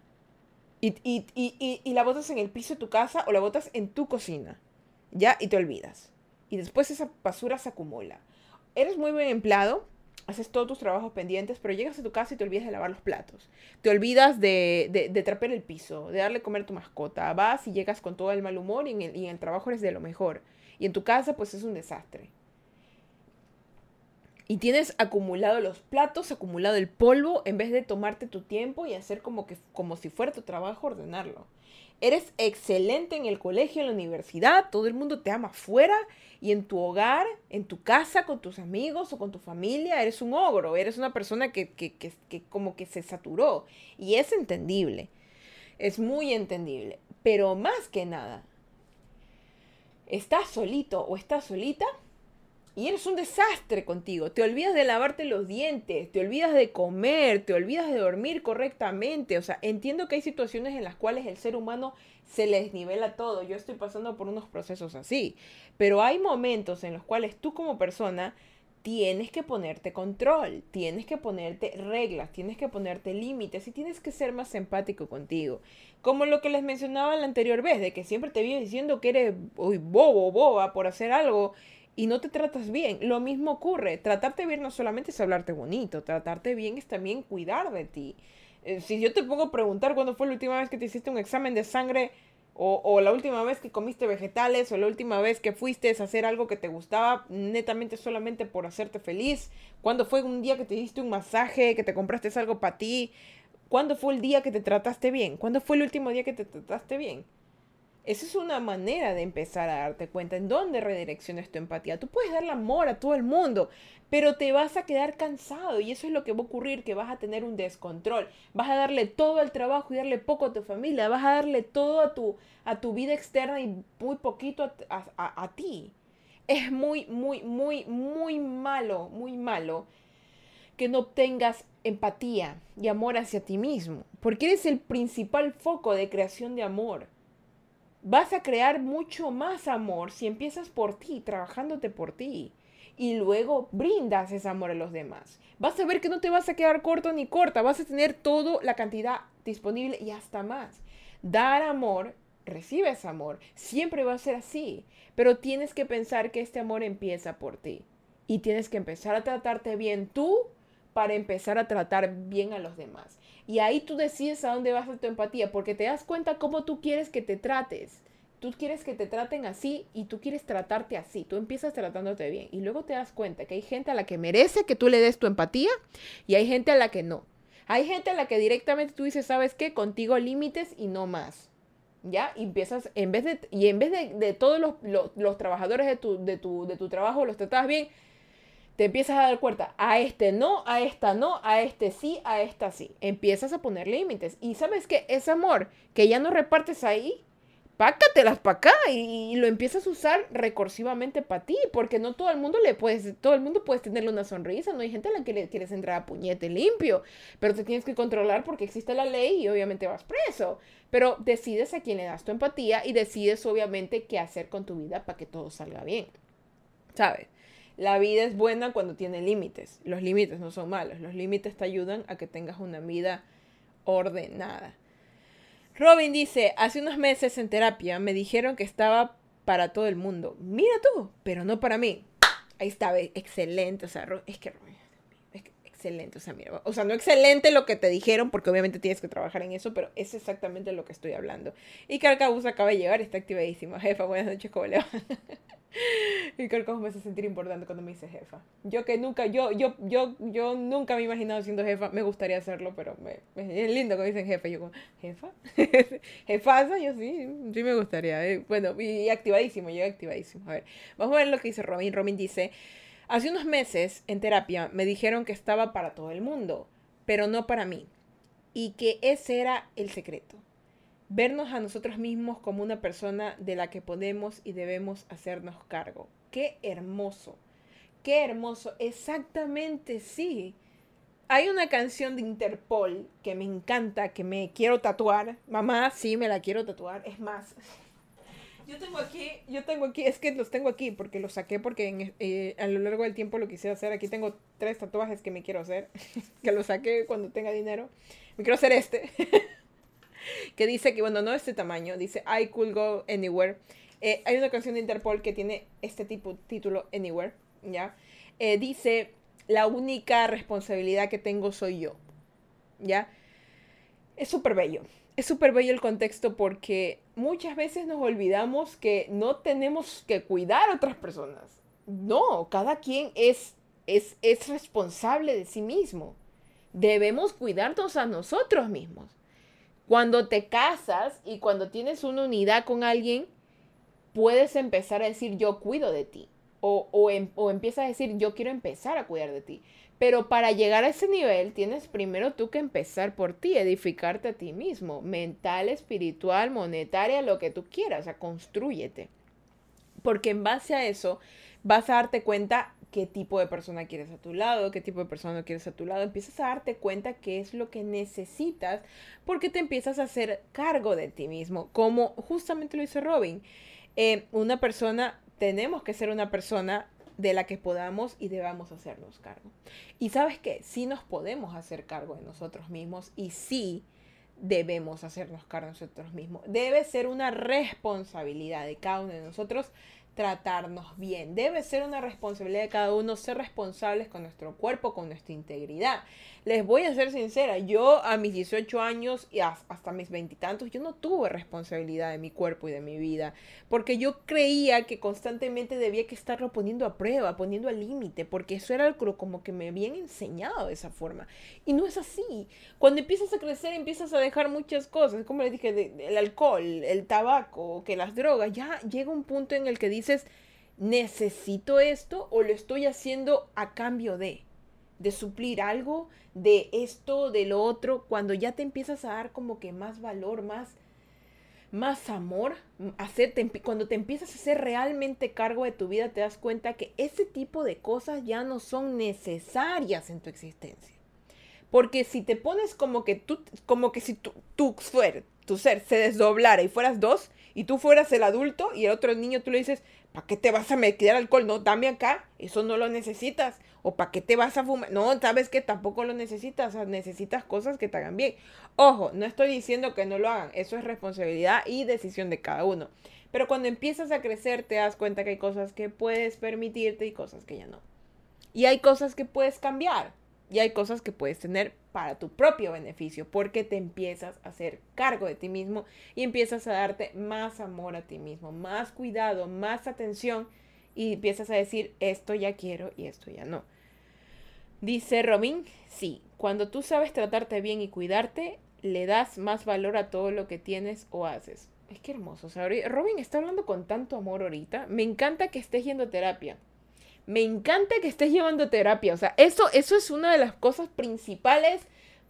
Y la botas en el piso de tu casa o la botas en tu cocina. ¿Ya? Y te olvidas. Y después esa basura se acumula. Eres muy buen empleado, haces todos tus trabajos pendientes, pero llegas a tu casa y te olvidas de lavar los platos. Te olvidas de trapear el piso, de darle comer a tu mascota. Vas y llegas con todo el mal humor y en el trabajo eres de lo mejor. Y en tu casa pues es un desastre. Y tienes acumulado los platos, acumulado el polvo, en vez de tomarte tu tiempo y hacer como si fuera tu trabajo ordenarlo. Eres excelente en el colegio, en la universidad, todo el mundo te ama afuera y en tu hogar, en tu casa, con tus amigos o con tu familia, eres un ogro, eres una persona que como que se saturó. Y es entendible, es muy entendible. Pero más que nada, estás solito o estás solita y eres un desastre contigo. Te olvidas de lavarte los dientes, te olvidas de comer, te olvidas de dormir correctamente. O sea, entiendo que hay situaciones en las cuales el ser humano se le desnivela todo. Yo estoy pasando por unos procesos así. Pero hay momentos en los cuales tú como persona tienes que ponerte control, tienes que ponerte reglas, tienes que ponerte límites y tienes que ser más empático contigo. Como lo que les mencionaba la anterior vez, de que siempre te vivo diciendo que eres bobo o boba por hacer algo y no te tratas bien. Lo mismo ocurre. Tratarte bien no solamente es hablarte bonito, tratarte bien es también cuidar de ti. Si yo te pongo a preguntar cuándo fue la última vez que te hiciste un examen de sangre o la última vez que comiste vegetales o la última vez que fuiste a hacer algo que te gustaba netamente solamente por hacerte feliz, cuándo fue un día que te hiciste un masaje, que te compraste algo para ti, cuándo fue el día que te trataste bien, cuándo fue el último día que te trataste bien. Esa es una manera de empezar a darte cuenta en dónde redireccionas tu empatía. Tú puedes darle amor a todo el mundo, pero te vas a quedar cansado y eso es lo que va a ocurrir, que vas a tener un descontrol. Vas a darle todo al trabajo y darle poco a tu familia. Vas a darle todo a tu vida externa y muy poquito a ti. Es muy, muy, muy, muy malo que no obtengas empatía y amor hacia ti mismo, porque eres el principal foco de creación de amor. Vas a crear mucho más amor si empiezas por ti, trabajándote por ti. Y luego brindas ese amor a los demás. Vas a ver que no te vas a quedar corto ni corta. Vas a tener toda la cantidad disponible y hasta más. Dar amor, recibes amor. Siempre va a ser así. Pero tienes que pensar que este amor empieza por ti. Y tienes que empezar a tratarte bien tú para empezar a tratar bien a los demás. Y ahí tú decides a dónde vas a tu empatía, porque te das cuenta cómo tú quieres que te trates. Tú quieres que te traten así y tú quieres tratarte así. Tú empiezas tratándote bien y luego te das cuenta que hay gente a la que merece que tú le des tu empatía y hay gente a la que no. Hay gente a la que directamente tú dices, ¿sabes qué? Contigo límites y no más. ¿Ya? Y empiezas, en vez de todos los trabajadores de tu trabajo los tratas bien, te empiezas a dar cuenta, a este no, a esta no, a este sí, a esta sí. Empiezas a poner límites. Y ¿sabes qué? Ese amor que ya no repartes ahí, pácatelas para acá y lo empiezas a usar recursivamente para ti, porque no todo el mundo todo el mundo puedes tenerle una sonrisa, no hay gente a la que le quieres entrar a puñete limpio, pero te tienes que controlar porque existe la ley y obviamente vas preso, pero decides a quién le das tu empatía y decides obviamente qué hacer con tu vida para que todo salga bien, ¿sabes? La vida es buena cuando tiene límites, los límites no son malos, los límites te ayudan a que tengas una vida ordenada. Robin dice, hace unos meses en terapia me dijeron que estaba para todo el mundo. Mira tú, pero no para mí. Ahí estaba, excelente. O sea, es que Robin, es que excelente. O sea, mira, o sea, no excelente lo que te dijeron, porque obviamente tienes que trabajar en eso, pero es exactamente lo que estoy hablando. Y Carcabus acaba de llegar, está activadísima. Jefa, buenas noches, ¿cómo le va? Y Carcabus me hace sentir importante cuando me dice jefa. Yo nunca me he imaginado siendo jefa. Me gustaría hacerlo, pero es lindo cuando dicen jefa. Yo como, ¿jefa? ¿Jefasa? Yo sí me gustaría. Bueno, y activadísimo, llega activadísimo. A ver, vamos a ver lo que dice Robin. Robin dice, hace unos meses en terapia me dijeron que estaba para todo el mundo, pero no para mí. Y que ese era el secreto. Vernos a nosotros mismos como una persona de la que podemos y debemos hacernos cargo. ¡Qué hermoso! ¡Qué hermoso! Exactamente, sí. Hay una canción de Interpol que me encanta, que me quiero tatuar. Mamá, sí, me la quiero tatuar. Es más, yo tengo aquí, es que los tengo aquí porque los saqué porque a lo largo del tiempo lo quise hacer. Aquí tengo 3 tatuajes que me quiero hacer, que los saqué cuando tenga dinero. Me quiero hacer este. Que dice que, bueno, no este tamaño, dice I could go anywhere. Hay una canción de Interpol que tiene este título, Anywhere, ¿ya? Dice, la única responsabilidad que tengo soy yo, ¿ya? Es súper bello el contexto porque muchas veces nos olvidamos que no tenemos que cuidar a otras personas. No, cada quien es responsable de sí mismo. Debemos cuidarnos a nosotros mismos. Cuando te casas y cuando tienes una unidad con alguien, puedes empezar a decir yo cuido de ti. O empiezas a decir yo quiero empezar a cuidar de ti. Pero para llegar a ese nivel tienes primero tú que empezar por ti, edificarte a ti mismo. Mental, espiritual, monetaria, lo que tú quieras. O sea, constrúyete. Porque en base a eso vas a darte cuenta qué tipo de persona quieres a tu lado, qué tipo de persona no quieres a tu lado. Empiezas a darte cuenta qué es lo que necesitas porque te empiezas a hacer cargo de ti mismo. Como justamente lo dice Robin. Tenemos que ser una persona de la que podamos y debamos hacernos cargo. Y ¿sabes qué? Sí nos podemos hacer cargo de nosotros mismos y sí debemos hacernos cargo de nosotros mismos. Debe ser una responsabilidad de cada uno de nosotros tratarnos bien. Debe ser una responsabilidad de cada uno ser responsables con nuestro cuerpo, con nuestra integridad. Les voy a ser sincera, yo a mis 18 años y hasta mis 20 y tantos, yo no tuve responsabilidad de mi cuerpo y de mi vida, porque yo creía que constantemente debía que estarlo poniendo a prueba, poniendo al límite, porque eso era algo como que me habían enseñado de esa forma. Y no es así. Cuando empiezas a crecer, empiezas a dejar muchas cosas, como les dije, el alcohol, el tabaco, que las drogas, ya llega un punto en el que dices, ¿necesito esto o lo estoy haciendo a cambio de suplir algo, de esto, de lo otro? Cuando ya te empiezas a dar como que más valor, más amor, cuando te empiezas a hacer realmente cargo de tu vida, te das cuenta que ese tipo de cosas ya no son necesarias en tu existencia. Porque si te pones como que si tu ser se desdoblara y fueras 2, y tú fueras el adulto y el otro niño, tú le dices, ¿para qué te vas a meter alcohol? No, dame acá, eso no lo necesitas. O ¿para qué te vas a fumar? No, sabes que tampoco lo necesitas, o sea, necesitas cosas que te hagan bien. Ojo, no estoy diciendo que no lo hagan, eso es responsabilidad y decisión de cada uno. Pero cuando empiezas a crecer te das cuenta que hay cosas que puedes permitirte y cosas que ya no. Y hay cosas que puedes cambiar. Y hay cosas que puedes tener para tu propio beneficio, porque te empiezas a hacer cargo de ti mismo y empiezas a darte más amor a ti mismo, más cuidado, más atención y empiezas a decir, esto ya quiero y esto ya no. Dice Robin, sí, cuando tú sabes tratarte bien y cuidarte, le das más valor a todo lo que tienes o haces. Es que hermoso, o sea, Robin está hablando con tanto amor ahorita. Me encanta que estés yendo a terapia. Me encanta que estés llevando terapia. O sea, eso es una de las cosas principales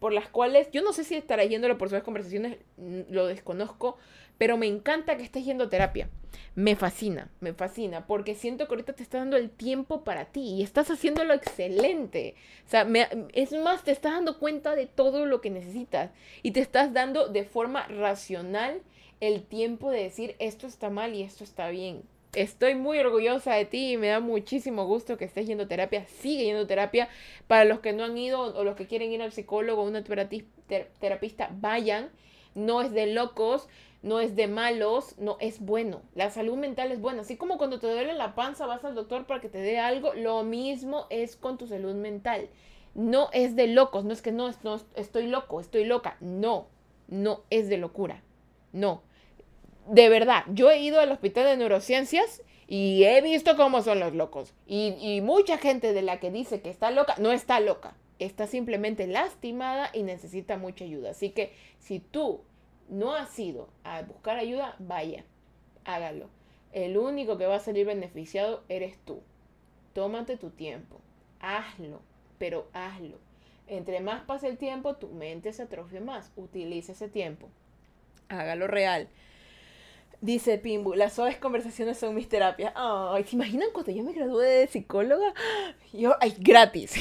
por las cuales, yo no sé si estarás yéndolo por suaves conversaciones, lo desconozco, pero me encanta que estés yendo a terapia. Me fascina, porque siento que ahorita te está dando el tiempo para ti y estás haciéndolo excelente. O sea, es más, te estás dando cuenta de todo lo que necesitas y te estás dando de forma racional el tiempo de decir esto está mal y esto está bien. Estoy muy orgullosa de ti y me da muchísimo gusto que estés yendo a terapia. Sigue yendo a terapia. Para los que no han ido o los que quieren ir al psicólogo o una terapista, vayan. No es de locos, no es de malos, no, es bueno. La salud mental es buena. Así como cuando te duele la panza vas al doctor para que te dé algo, lo mismo es con tu salud mental. No es de locos, no es que no estoy loco, estoy loca. No, no es de locura. No. De verdad, yo he ido al hospital de neurociencias y he visto cómo son los locos. Y mucha gente de la que dice que está loca, no está loca. Está simplemente lastimada y necesita mucha ayuda. Así que si tú no has ido a buscar ayuda, vaya, hágalo. El único que va a salir beneficiado eres tú. Tómate tu tiempo. Hazlo, pero hazlo. Entre más pase el tiempo, tu mente se atrofia más. Utiliza ese tiempo. Hágalo real. Dice Pimbu, las suaves conversaciones son mis terapias. Ay, ¿se imaginan cuando yo me gradué de psicóloga? Ay, gratis.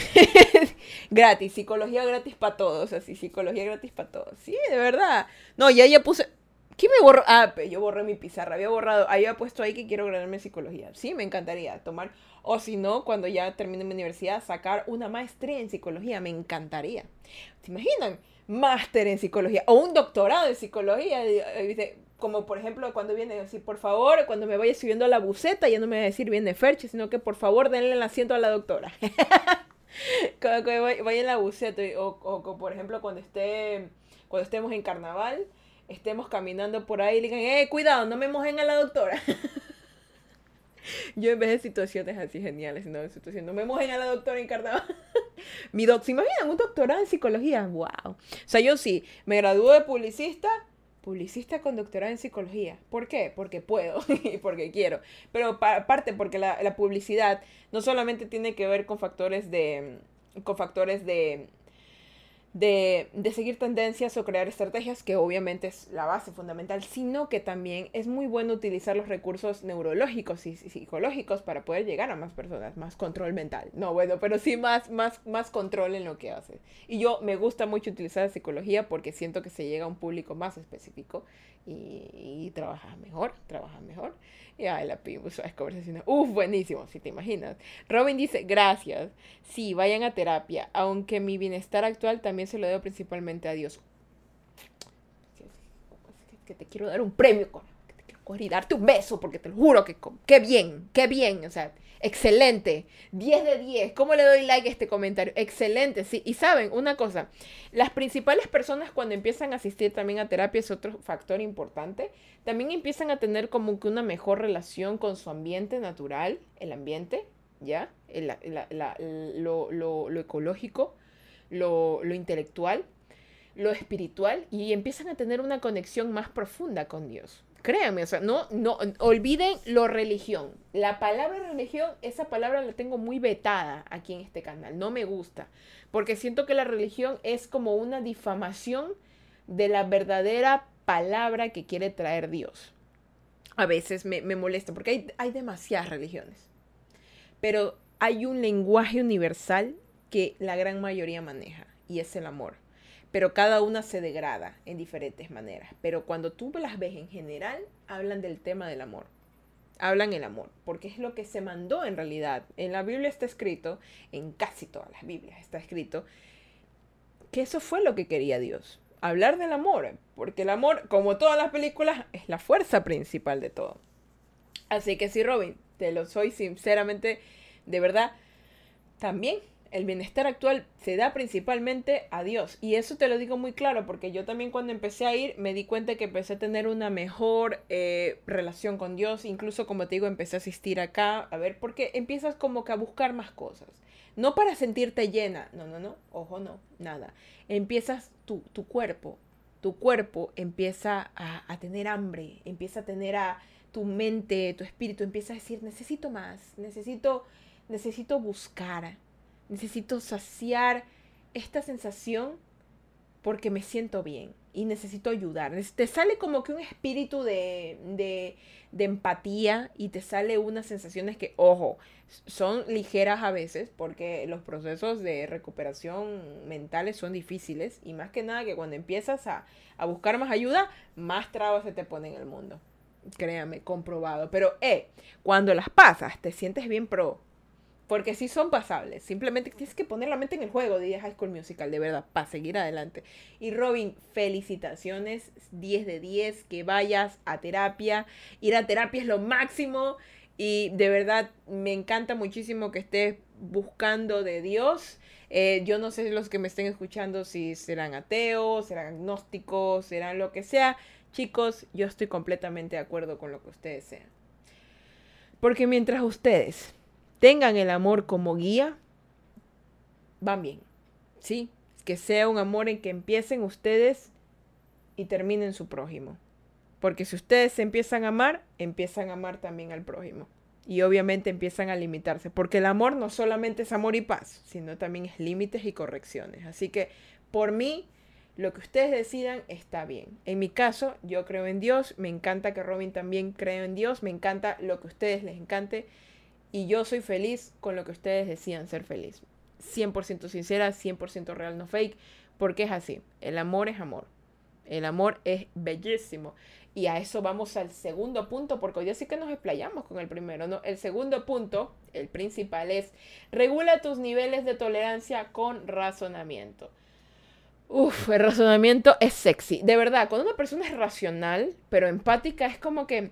Gratis, psicología gratis para todos, así, psicología gratis para todos. Sí, de verdad. No, ya puse... ¿Quién me borró? Yo borré mi pizarra, había puesto ahí que quiero graduarme en psicología. Sí, me encantaría tomar, o si no, cuando ya termine mi universidad, sacar una maestría en psicología, me encantaría. ¿Se imaginan? Máster en psicología, o un doctorado en psicología, como por ejemplo cuando viene así, por favor, cuando me vaya subiendo a la buseta, ya no me va a decir viene Ferchi, sino que por favor denle el asiento a la doctora. Cuando vaya en la buseta, o por ejemplo cuando estemos en carnaval, estemos caminando por ahí y digan, cuidado, no me mojen a la doctora. Yo en vez de situaciones así geniales, no me mojen a la doctora en carnaval. ¿Se imaginan un doctorado en psicología? ¡Wow! O sea, yo sí, me gradué de publicista con doctorado en psicología. ¿Por qué? Porque puedo y porque quiero. Pero aparte porque la publicidad no solamente tiene que ver con factores de seguir tendencias o crear estrategias, que obviamente es la base fundamental, sino que también es muy bueno utilizar los recursos neurológicos y psicológicos para poder llegar a más personas, más control mental. No, bueno, pero sí más control en lo que haces. Y yo me gusta mucho utilizar la psicología porque siento que se llega a un público más específico y trabajas mejor. Y ay, la pibus, esas conversaciones. Buenísimo, si te imaginas. Robin dice, gracias. Sí, vayan a terapia, aunque mi bienestar actual también se lo debo principalmente a Dios. Que te quiero dar un premio, que te quiero coger y darte un beso, porque te lo juro que qué bien, o sea, excelente, 10 de 10, ¿cómo le doy like a este comentario? Excelente, sí, y saben, una cosa, las principales personas cuando empiezan a asistir también a terapia es otro factor importante, también empiezan a tener como que una mejor relación con su ambiente natural, el ambiente, ¿ya? Lo ecológico, lo intelectual, lo espiritual, y empiezan a tener una conexión más profunda con Dios. Créanme, o sea, no olviden lo religión. La palabra religión, esa palabra la tengo muy vetada aquí en este canal. No me gusta, porque siento que la religión es como una difamación de la verdadera palabra que quiere traer Dios. A veces me molesta, porque hay demasiadas religiones. Pero hay un lenguaje universal que la gran mayoría maneja, y es el amor. Pero cada una se degrada en diferentes maneras. Pero cuando tú las ves en general, hablan del tema del amor. Hablan el amor, porque es lo que se mandó en realidad. En la Biblia está escrito, en casi todas las Biblias está escrito, que eso fue lo que quería Dios. Hablar del amor, porque el amor, como todas las películas, es la fuerza principal de todo. Así que sí, Robin, te lo soy sinceramente, de verdad, también el bienestar actual se da principalmente a Dios. Y eso te lo digo muy claro, porque yo también cuando empecé a ir me di cuenta que empecé a tener una mejor relación con Dios. Incluso, como te digo, empecé a asistir acá, a ver, porque empiezas como que a buscar más cosas. No para sentirte llena, no, ojo, no, nada. Empiezas tu cuerpo empieza a tener hambre, empieza a tener tu mente, tu espíritu, empieza a decir, necesito más, necesito buscar, necesito saciar esta sensación porque me siento bien y necesito ayudar. Te sale como que un espíritu de empatía y te sale unas sensaciones que, ojo, son ligeras a veces porque los procesos de recuperación mentales son difíciles y más que nada que cuando empiezas a buscar más ayuda, más trabas se te ponen en el mundo. Créame, comprobado. Pero, cuando las pasas, te sientes bien pro. Porque sí son pasables. Simplemente tienes que poner la mente en el juego de High School Musical, de verdad, para seguir adelante. Y Robin, felicitaciones, 10 de 10, que vayas a terapia. Ir a terapia es lo máximo. Y de verdad, me encanta muchísimo que estés buscando de Dios. Yo no sé los que me estén escuchando si serán ateos, serán agnósticos, serán lo que sea. Chicos, yo estoy completamente de acuerdo con lo que ustedes sean. Porque mientras ustedes tengan el amor como guía, van bien. ¿Sí? Que sea un amor en que empiecen ustedes y terminen su prójimo. Porque si ustedes se empiezan a amar también al prójimo. Y obviamente empiezan a limitarse. Porque el amor no solamente es amor y paz, sino también es límites y correcciones. Así que, por mí, lo que ustedes decidan está bien. En mi caso, yo creo en Dios. Me encanta que Robin también cree en Dios. Me encanta lo que a ustedes les encante. Y yo soy feliz con lo que ustedes decían ser feliz. 100% sincera, 100% real, no fake. Porque es así. El amor es amor. El amor es bellísimo. Y a eso vamos al segundo punto, porque hoy día sí que nos explayamos con el primero, ¿no? El segundo punto, el principal, es regula tus niveles de tolerancia con razonamiento. El razonamiento es sexy. De verdad, cuando una persona es racional, pero empática, es como que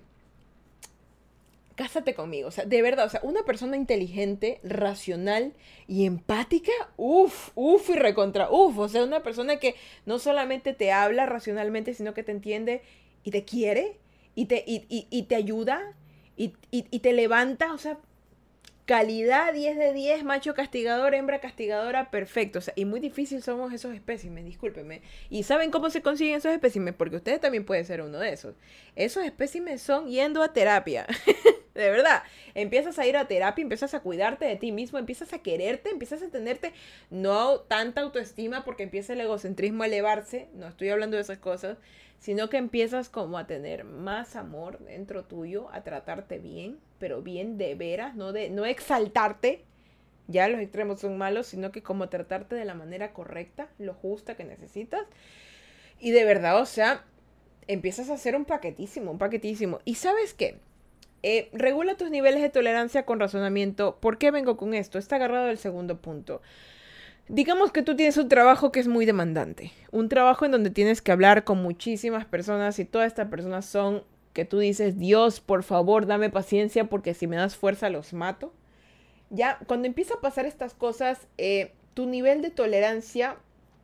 cásate conmigo, o sea, de verdad, o sea, una persona inteligente, racional y empática, y recontra, o sea, una persona que no solamente te habla racionalmente, sino que te entiende y te quiere, y te ayuda, y te levanta, o sea, calidad 10 de 10, macho castigador, hembra castigadora, perfecto. O sea, y muy difícil somos esos espécimes, discúlpenme. ¿Y saben cómo se consiguen esos espécimes? Porque ustedes también pueden ser uno de esos. Esos espécimes son yendo a terapia. De verdad, empiezas a ir a terapia, empiezas a cuidarte de ti mismo, empiezas a quererte, empiezas a tenerte no tanta autoestima porque empieza el egocentrismo a elevarse, no estoy hablando de esas cosas, sino que empiezas como a tener más amor dentro tuyo, a tratarte bien, pero bien de veras, no exaltarte, ya los extremos son malos, sino que como tratarte de la manera correcta, lo justa que necesitas, y de verdad, o sea, empiezas a hacer un paquetísimo, y ¿sabes qué? Regula tus niveles de tolerancia con razonamiento. ¿Por qué vengo con esto? Está agarrado del segundo punto. Digamos que tú tienes un trabajo que es muy demandante. Un trabajo en donde tienes que hablar con muchísimas personas y todas estas personas son que tú dices, Dios, por favor, dame paciencia porque si me das fuerza los mato. Ya, cuando empieza a pasar estas cosas, tu nivel de tolerancia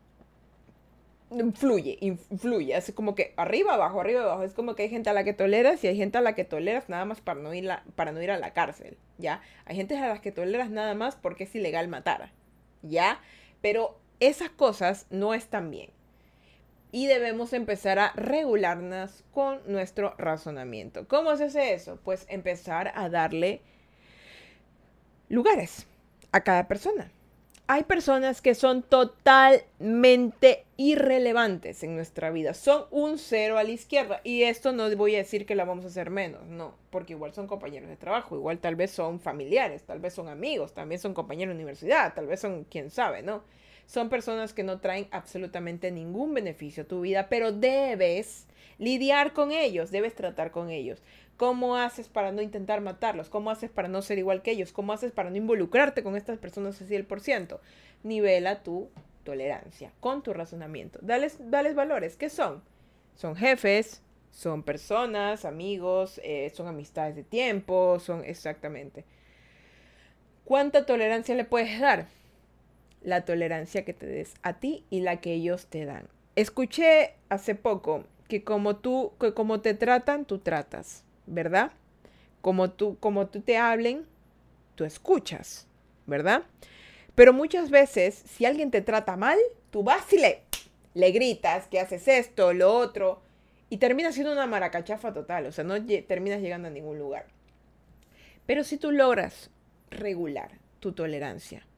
influye, es como que arriba, abajo, es como que hay gente a la que toleras y hay gente a la que toleras nada más para no ir a la cárcel, ¿ya? Hay gente a las que toleras nada más porque es ilegal matar, ¿ya? Pero esas cosas no están bien y debemos empezar a regularnos con nuestro razonamiento. ¿Cómo se hace eso? Pues empezar a darle lugares a cada persona. Hay personas que son totalmente irrelevantes en nuestra vida. Son un cero a la izquierda. Y esto no voy a decir que la vamos a hacer menos. No, porque igual son compañeros de trabajo. Igual tal vez son familiares. Tal vez son amigos. También son compañeros de universidad. Tal vez son quién sabe, ¿no? Son personas que no traen absolutamente ningún beneficio a tu vida. Pero debes lidiar con ellos. Debes tratar con ellos. ¿Cómo haces para no intentar matarlos? ¿Cómo haces para no ser igual que ellos? ¿Cómo haces para no involucrarte con estas personas así al %? Nivela tu tolerancia con tu razonamiento. Dales valores. ¿Qué son? Son jefes, son personas, amigos, son amistades de tiempo, son exactamente. ¿Cuánta tolerancia le puedes dar? La tolerancia que te des a ti y la que ellos te dan. Escuché hace poco que como te tratan, tú tratas. ¿Verdad? Como tú te hablen, tú escuchas, ¿verdad? Pero muchas veces, si alguien te trata mal, tú vas y le gritas que haces esto, lo otro, y terminas siendo una maracachafa total, o sea, no terminas llegando a ningún lugar. Pero si tú logras regular tu tolerancia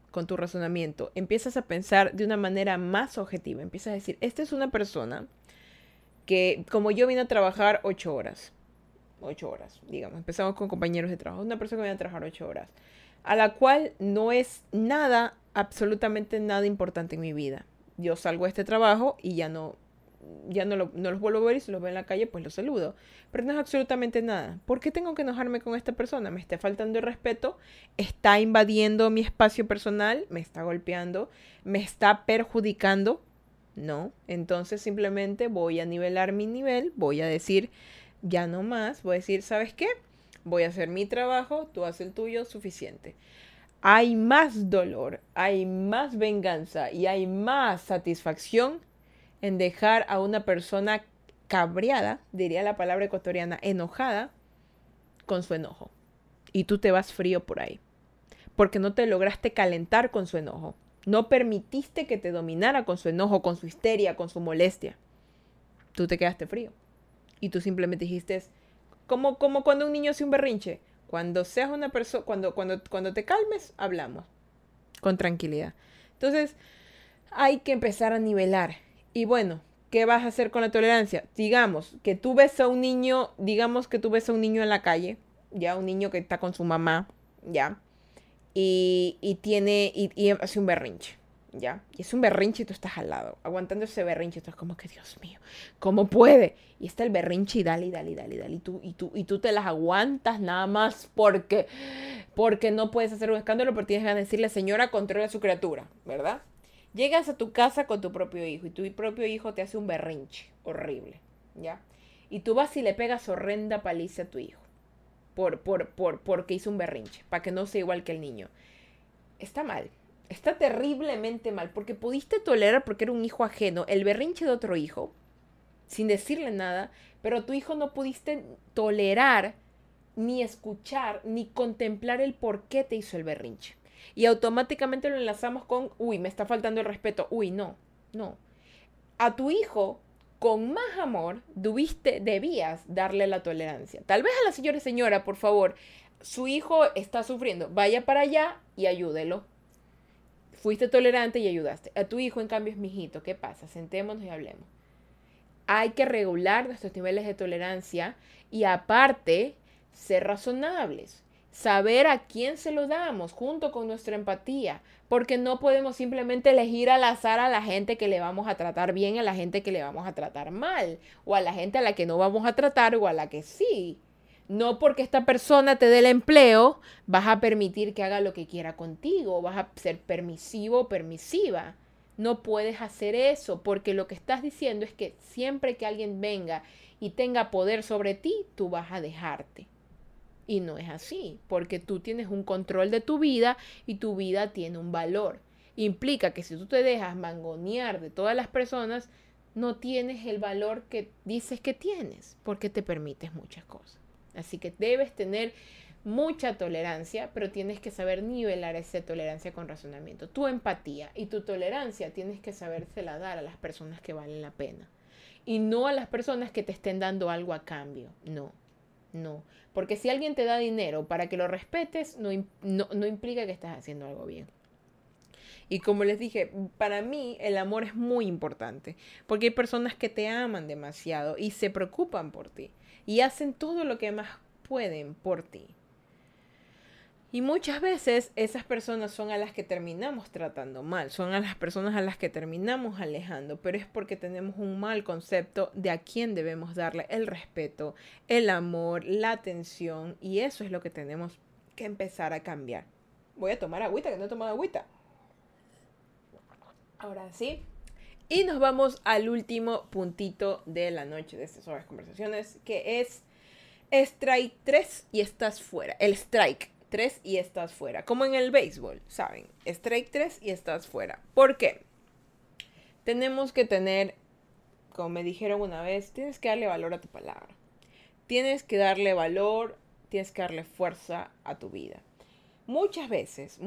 con tu razonamiento, empiezas a pensar de una manera más objetiva. Empiezas a decir, esta es una persona que, como yo vine a trabajar 8 horas, 8 horas, digamos, empezamos con compañeros de trabajo, una persona que viene a trabajar 8 horas, a la cual no es nada, absolutamente nada importante en mi vida. Yo salgo de este trabajo y no los vuelvo a ver, y si los veo en la calle, pues los saludo. Pero no es absolutamente nada. ¿Por qué tengo que enojarme con esta persona? Me está faltando el respeto, está invadiendo mi espacio personal, me está golpeando, me está perjudicando. No, entonces simplemente voy a nivelar mi nivel, voy a decir, ya no más, voy a decir, ¿sabes qué? Voy a hacer mi trabajo, tú haces el tuyo, suficiente. Hay más dolor, hay más venganza y hay más satisfacción en dejar a una persona cabreada, diría la palabra ecuatoriana, enojada, con su enojo. Y tú te vas frío por ahí. Porque no te lograste calentar con su enojo. No permitiste que te dominara con su enojo, con su histeria, con su molestia. Tú te quedaste frío. Y tú simplemente dijiste, como cuando un niño hace un berrinche. Cuando seas una persona, cuando te calmes, hablamos. Con tranquilidad. Entonces, hay que empezar a nivelar. Y bueno, ¿qué vas a hacer con la tolerancia? Digamos que tú ves a un niño, en la calle, ya, un niño que está con su mamá, ya, y hace un berrinche, ya, y es un berrinche y tú estás al lado, aguantando ese berrinche, tú estás como que, Dios mío, ¿cómo puede? Y está el berrinche y dale, y tú te las aguantas nada más porque no puedes hacer un escándalo, porque tienes que decirle, señora, controla a su criatura, ¿verdad? Llegas a tu casa con tu propio hijo y tu propio hijo te hace un berrinche horrible, ¿ya? Y tú vas y le pegas horrenda paliza a tu hijo porque hizo un berrinche, para que no sea igual que el niño. Está mal, está terriblemente mal, porque pudiste tolerar, porque era un hijo ajeno, el berrinche de otro hijo, sin decirle nada, pero tu hijo no pudiste tolerar, ni escuchar, ni contemplar el por qué te hizo el berrinche. Y automáticamente lo enlazamos con, uy, me está faltando el respeto. Uy, no. A tu hijo, con más amor, debías darle la tolerancia. Tal vez a la señora, por favor, su hijo está sufriendo. Vaya para allá y ayúdelo. Fuiste tolerante y ayudaste. A tu hijo, en cambio, es mi hijito. ¿Qué pasa? Sentémonos y hablemos. Hay que regular nuestros niveles de tolerancia y aparte, ser razonables. Saber a quién se lo damos junto con nuestra empatía, porque no podemos simplemente elegir al azar a la gente que le vamos a tratar bien, a la gente que le vamos a tratar mal, o a la gente a la que no vamos a tratar o a la que sí. No porque esta persona te dé el empleo, vas a permitir que haga lo que quiera contigo, vas a ser permisivo o permisiva. No puedes hacer eso, porque lo que estás diciendo es que siempre que alguien venga y tenga poder sobre ti, tú vas a dejarte. Y no es así, porque tú tienes un control de tu vida y tu vida tiene un valor. Implica que si tú te dejas mangonear de todas las personas, no tienes el valor que dices que tienes, porque te permites muchas cosas. Así que debes tener mucha tolerancia, pero tienes que saber nivelar esa tolerancia con razonamiento. Tu empatía y tu tolerancia tienes que sabérsela dar a las personas que valen la pena. Y no a las personas que te estén dando algo a cambio. No, porque si alguien te da dinero para que lo respetes, no implica que estás haciendo algo bien. Y como les dije, para mí el amor es muy importante, porque hay personas que te aman demasiado y se preocupan por ti y hacen todo lo que más pueden por ti. Y muchas veces esas personas son a las que terminamos tratando mal, son a las personas a las que terminamos alejando, pero es porque tenemos un mal concepto de a quién debemos darle el respeto, el amor, la atención, y eso es lo que tenemos que empezar a cambiar. Voy a tomar agüita, que no he tomado agüita. Ahora sí. Y nos vamos al último puntito de la noche de estas Suaves Conversaciones, que es strike 3 y estás fuera. El strike 3 y estás fuera. Como en el béisbol, ¿saben? Strike 3 y estás fuera. ¿Por qué? Tenemos que tener, como me dijeron una vez, tienes que darle valor a tu palabra. Tienes que darle valor, tienes que darle fuerza a tu vida. Muchas veces,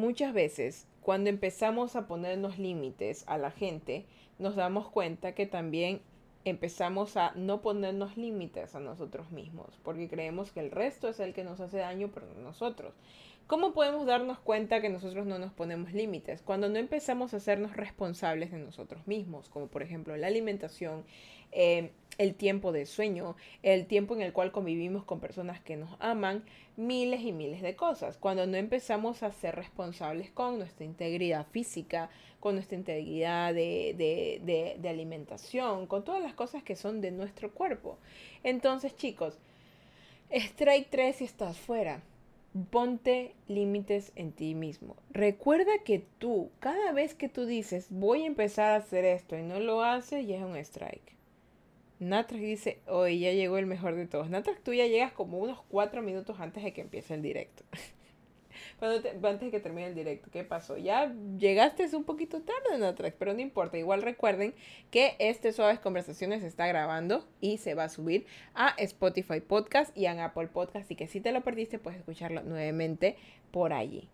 cuando empezamos a ponernos límites a la gente, nos damos cuenta que también empezamos a no ponernos límites a nosotros mismos, porque creemos que el resto es el que nos hace daño, pero no nosotros. ¿Cómo podemos darnos cuenta que nosotros no nos ponemos límites? Cuando no empezamos a hacernos responsables de nosotros mismos, como por ejemplo la alimentación, el tiempo de sueño, el tiempo en el cual convivimos con personas que nos aman, miles y miles de cosas. Cuando no empezamos a ser responsables con nuestra integridad física, con nuestra integridad de alimentación, con todas las cosas que son de nuestro cuerpo. Entonces, chicos, strike 3 si estás fuera. Ponte límites en ti mismo. Recuerda que tú, cada vez que tú dices, voy a empezar a hacer esto y no lo haces, ya es un strike. Natrax dice, hoy ya llegó el mejor de todos. Natrax, tú ya llegas como unos 4 minutos antes de que empiece el directo. Antes de que termine el directo, ¿qué pasó? Ya llegaste un poquito tarde, Natrax, pero no importa. Igual recuerden que este Suaves Conversaciones se está grabando y se va a subir a Spotify Podcast y a Apple Podcast. Así que si te lo perdiste, puedes escucharlo nuevamente por allí.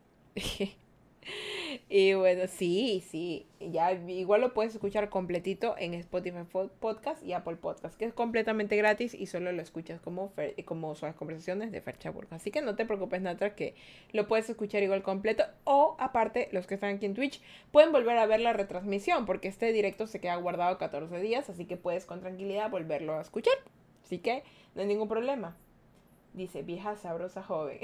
Y bueno, sí, ya igual lo puedes escuchar completito en Spotify Podcast y Apple Podcast, que es completamente gratis y solo lo escuchas como Suaves Conversaciones de Fercha Burgos. Así que no te preocupes, Natra, que lo puedes escuchar igual completo, o aparte, los que están aquí en Twitch pueden volver a ver la retransmisión, porque este directo se queda guardado 14 días, así que puedes con tranquilidad volverlo a escuchar. Así que no hay ningún problema. Dice, vieja sabrosa joven.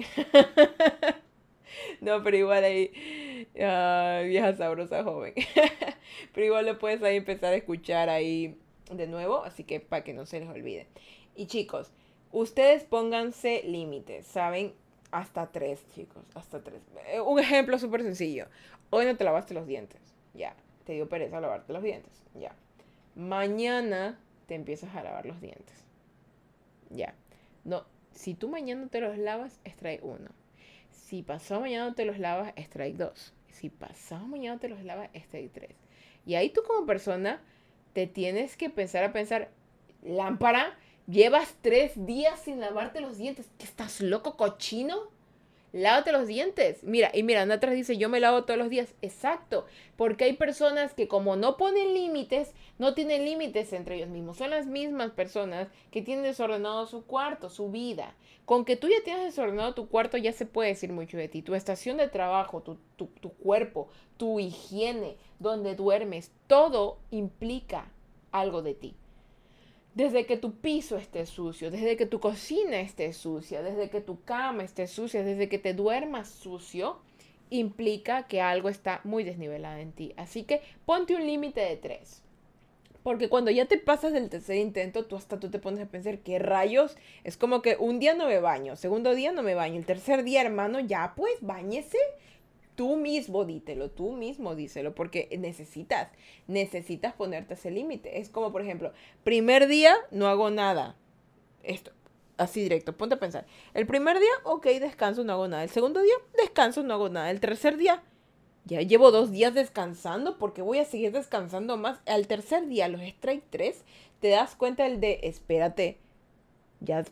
No, pero igual ahí, vieja sabrosa joven. Pero igual lo puedes ahí empezar a escuchar ahí de nuevo, así que para que no se les olvide. Y chicos, ustedes pónganse límites, ¿saben? Hasta 3, chicos, hasta 3. Un ejemplo súper sencillo. Hoy no te lavaste los dientes, ya. Te dio pereza lavarte los dientes, ya. Mañana te empiezas a lavar los dientes, ya. No, si tú mañana te los lavas, extrae 1. Si pasado mañana no te los lavas, strike 2. Si pasado mañana te los lavas, strike 3. Y ahí tú como persona te tienes que pensar, lámpara, llevas 3 días sin lavarte los dientes. ¿Qué estás loco, cochino? Lávate los dientes. Mira, Natra dice, yo me lavo todos los días. Exacto, porque hay personas que como no ponen límites, no tienen límites entre ellos mismos. Son las mismas personas que tienen desordenado su cuarto, su vida. Con que tú ya tienes desordenado tu cuarto, ya se puede decir mucho de ti. Tu estación de trabajo, tu cuerpo, tu higiene, donde duermes, todo implica algo de ti. Desde que tu piso esté sucio, desde que tu cocina esté sucia, desde que tu cama esté sucia, desde que te duermas sucio, implica que algo está muy desnivelado en ti. Así que ponte un límite de 3. Porque cuando ya te pasas del tercer intento, tú te pones a pensar, ¿qué rayos? Es como que un día no me baño, segundo día no me baño, el tercer día, hermano, ya pues, báñese. Tú mismo díselo, porque necesitas ponerte ese límite. Es como, por ejemplo, primer día no hago nada. Esto, así directo, ponte a pensar. El primer día, ok, descanso, no hago nada. El segundo día, descanso, no hago nada. El tercer día, ya llevo 2 días descansando, porque voy a seguir descansando más. Al tercer día, los strike 3, te das cuenta el de, espérate, ya...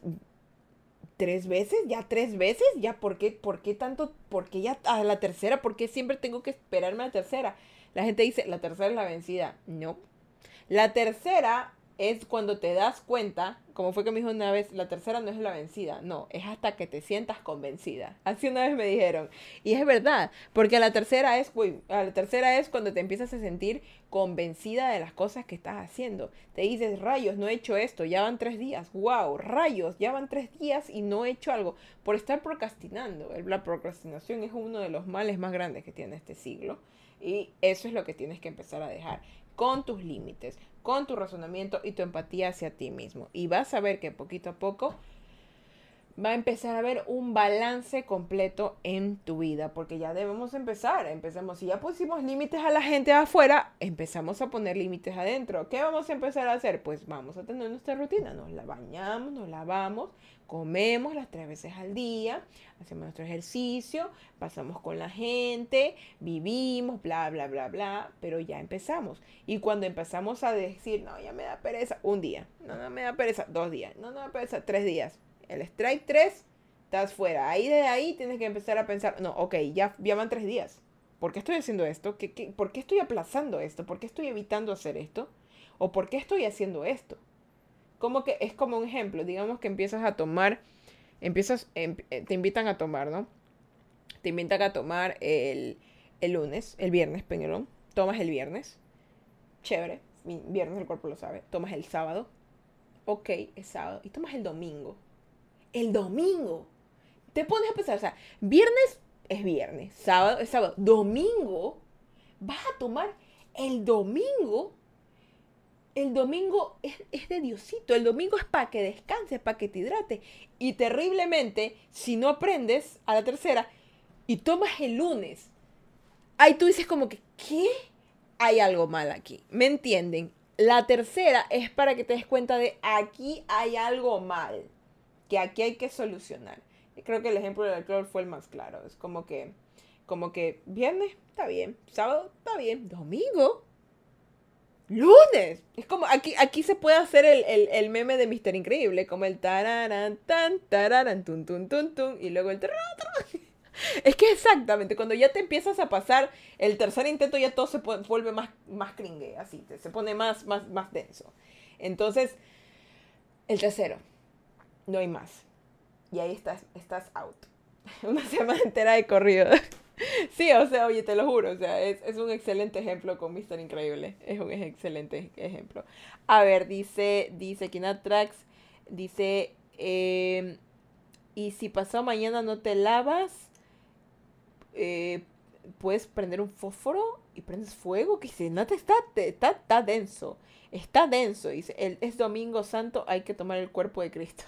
3 veces, ya, ¿por qué tanto? ¿Por qué ya a la tercera? ¿Por qué siempre tengo que esperarme a la tercera? La gente dice, la tercera es la vencida. No. La tercera es cuando te das cuenta, como fue que me dijo una vez, la tercera no es la vencida, no, es hasta que te sientas convencida. Así una vez me dijeron. Y es verdad, porque a la tercera es cuando te empiezas a sentir convencida de las cosas que estás haciendo. Te dices, rayos, no he hecho esto, ya van 3 días. Wow, rayos, ya van 3 días y no he hecho algo. Por estar procrastinando. La procrastinación es uno de los males más grandes que tiene este siglo. Y eso es lo que tienes que empezar a dejar. Con tus límites, con tu razonamiento y tu empatía hacia ti mismo. Y vas a ver que poquito a poco va a empezar a haber un balance completo en tu vida, porque ya debemos empezamos, si ya pusimos límites a la gente de afuera, empezamos a poner límites adentro. ¿Qué vamos a empezar a hacer? Pues vamos a tener nuestra rutina, nos la bañamos, nos lavamos, comemos las 3 veces al día, hacemos nuestro ejercicio, pasamos con la gente, vivimos, bla, bla, bla, bla, pero ya empezamos. Y cuando empezamos a decir, no, ya me da pereza, un día, no me da pereza, 2 días, no me da pereza, 3 días. El strike 3, estás fuera. Ahí de ahí tienes que empezar a pensar, no, ok, ya van 3 días. ¿Por qué estoy haciendo esto? ¿Por qué estoy aplazando esto? ¿Por qué estoy evitando hacer esto? ¿O por qué estoy haciendo esto? Como que es como un ejemplo. Digamos que empiezas a tomar, te invitan a tomar, ¿no? Te invitan a tomar el viernes, perdón. Tomas el viernes. Chévere. Viernes el cuerpo lo sabe. Tomas el sábado. Ok, es sábado. Y tomas el domingo. El domingo. Te pones a pensar, o sea, viernes es viernes, sábado es sábado, domingo, vas a tomar el domingo. El domingo es de Diosito, el domingo es para que descanses, para que te hidrates. Y terriblemente, si no aprendes a la tercera y tomas el lunes, ahí tú dices como que, ¿qué? Hay algo mal aquí, ¿me entienden? La tercera es para que te des cuenta de aquí hay algo mal, que aquí hay que solucionar. Creo que el ejemplo del alcohol fue el más claro. Es como que viernes está bien, sábado está bien, domingo, lunes. Es como aquí se puede hacer el meme de Mister Increíble, como el tararán, tan, tararán, tun, tun, tun, tun, y luego el tararán. Es que exactamente, cuando ya te empiezas a pasar el tercer intento, ya todo se vuelve más cringe, así, se pone más denso. Entonces, el tercero, no hay más. Y ahí estás out. Una semana entera de corrido. Sí, o sea, oye, te lo juro. O sea, es un excelente ejemplo con Mister Increíble. Es un excelente ejemplo. A ver, dice Kinatrax. Dice, y si pasado mañana no te lavas, puedes prender un fósforo y prendes fuego. Que dice, no está denso. Está denso. Dice, es Domingo Santo, hay que tomar el cuerpo de Cristo.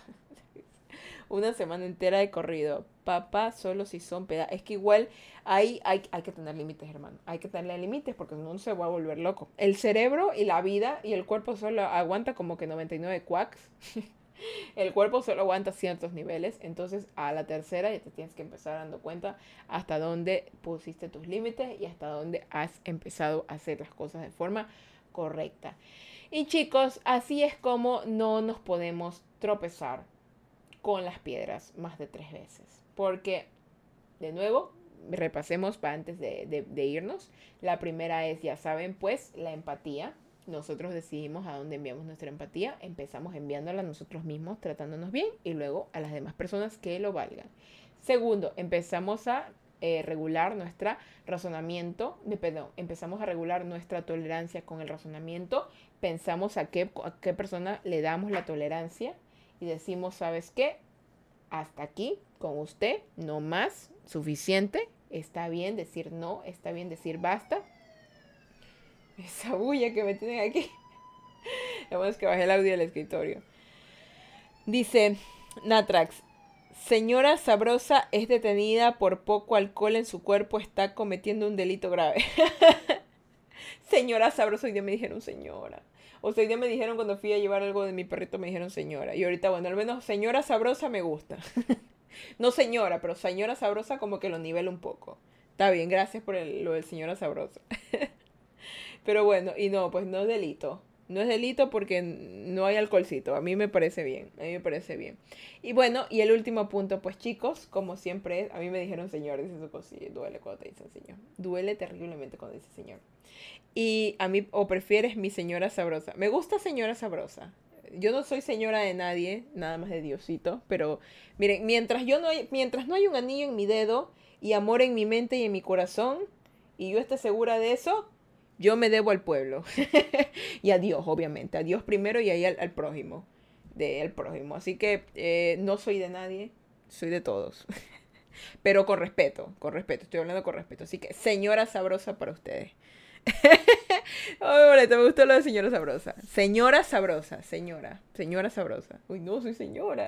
Una semana entera de corrido. Papá, solo si son pedazos. Es que igual hay que tener límites, hermano. Hay que tener límites porque uno se va a volver loco. El cerebro y la vida y el cuerpo solo aguanta como que 99 quacks. El cuerpo solo aguanta ciertos niveles. Entonces a la tercera ya te tienes que empezar dando cuenta hasta dónde pusiste tus límites y hasta dónde has empezado a hacer las cosas de forma correcta. Y chicos, así es como no nos podemos tropezar con las piedras más de 3 veces. Porque, de nuevo, repasemos para antes de irnos. La primera es, ya saben, pues, la empatía. Nosotros decidimos a dónde enviamos nuestra empatía. Empezamos enviándola a nosotros mismos, tratándonos bien, y luego a las demás personas que lo valgan. Segundo, empezamos a regular nuestro razonamiento, empezamos a regular nuestra tolerancia con el razonamiento. Pensamos a qué persona le damos la tolerancia y decimos, ¿sabes qué? Hasta aquí con usted, no más, suficiente. Está bien decir no, está bien decir basta. Esa bulla que me tienen aquí. Lo bueno es que bajé el audio del escritorio. Dice Natrax, señora sabrosa es detenida por poco alcohol en su cuerpo, está cometiendo un delito grave. Señora sabrosa, hoy día me dijeron señora. O sea, hoy día me dijeron cuando fui a llevar algo de mi perrito, me dijeron señora. Y ahorita, bueno, al menos señora sabrosa me gusta. No señora, pero señora sabrosa como que lo nivela un poco. Está bien, gracias por lo del señora sabrosa. Pero bueno, y no, pues no es delito. No es delito porque no hay alcoholcito. A mí me parece bien. A mí me parece bien. Y bueno, y el último punto, pues chicos, como siempre, a mí me dijeron señor. Dice eso, pues sí, duele cuando te dicen señor. Duele terriblemente cuando dice señor. Y a mí, o prefieres mi señora sabrosa. Me gusta señora sabrosa. Yo no soy señora de nadie, nada más de Diosito. Pero miren, mientras no hay un anillo en mi dedo y amor en mi mente y en mi corazón, y yo esté segura de eso, yo me debo al pueblo. Y a Dios, obviamente. A Dios primero y ahí al prójimo. Al prójimo. Así que no soy de nadie, soy de todos. Pero con respeto, estoy hablando con respeto. Así que señora sabrosa para ustedes. Oh, me gustó lo de señora sabrosa. Señora sabrosa, señora sabrosa. Uy, no, soy señora.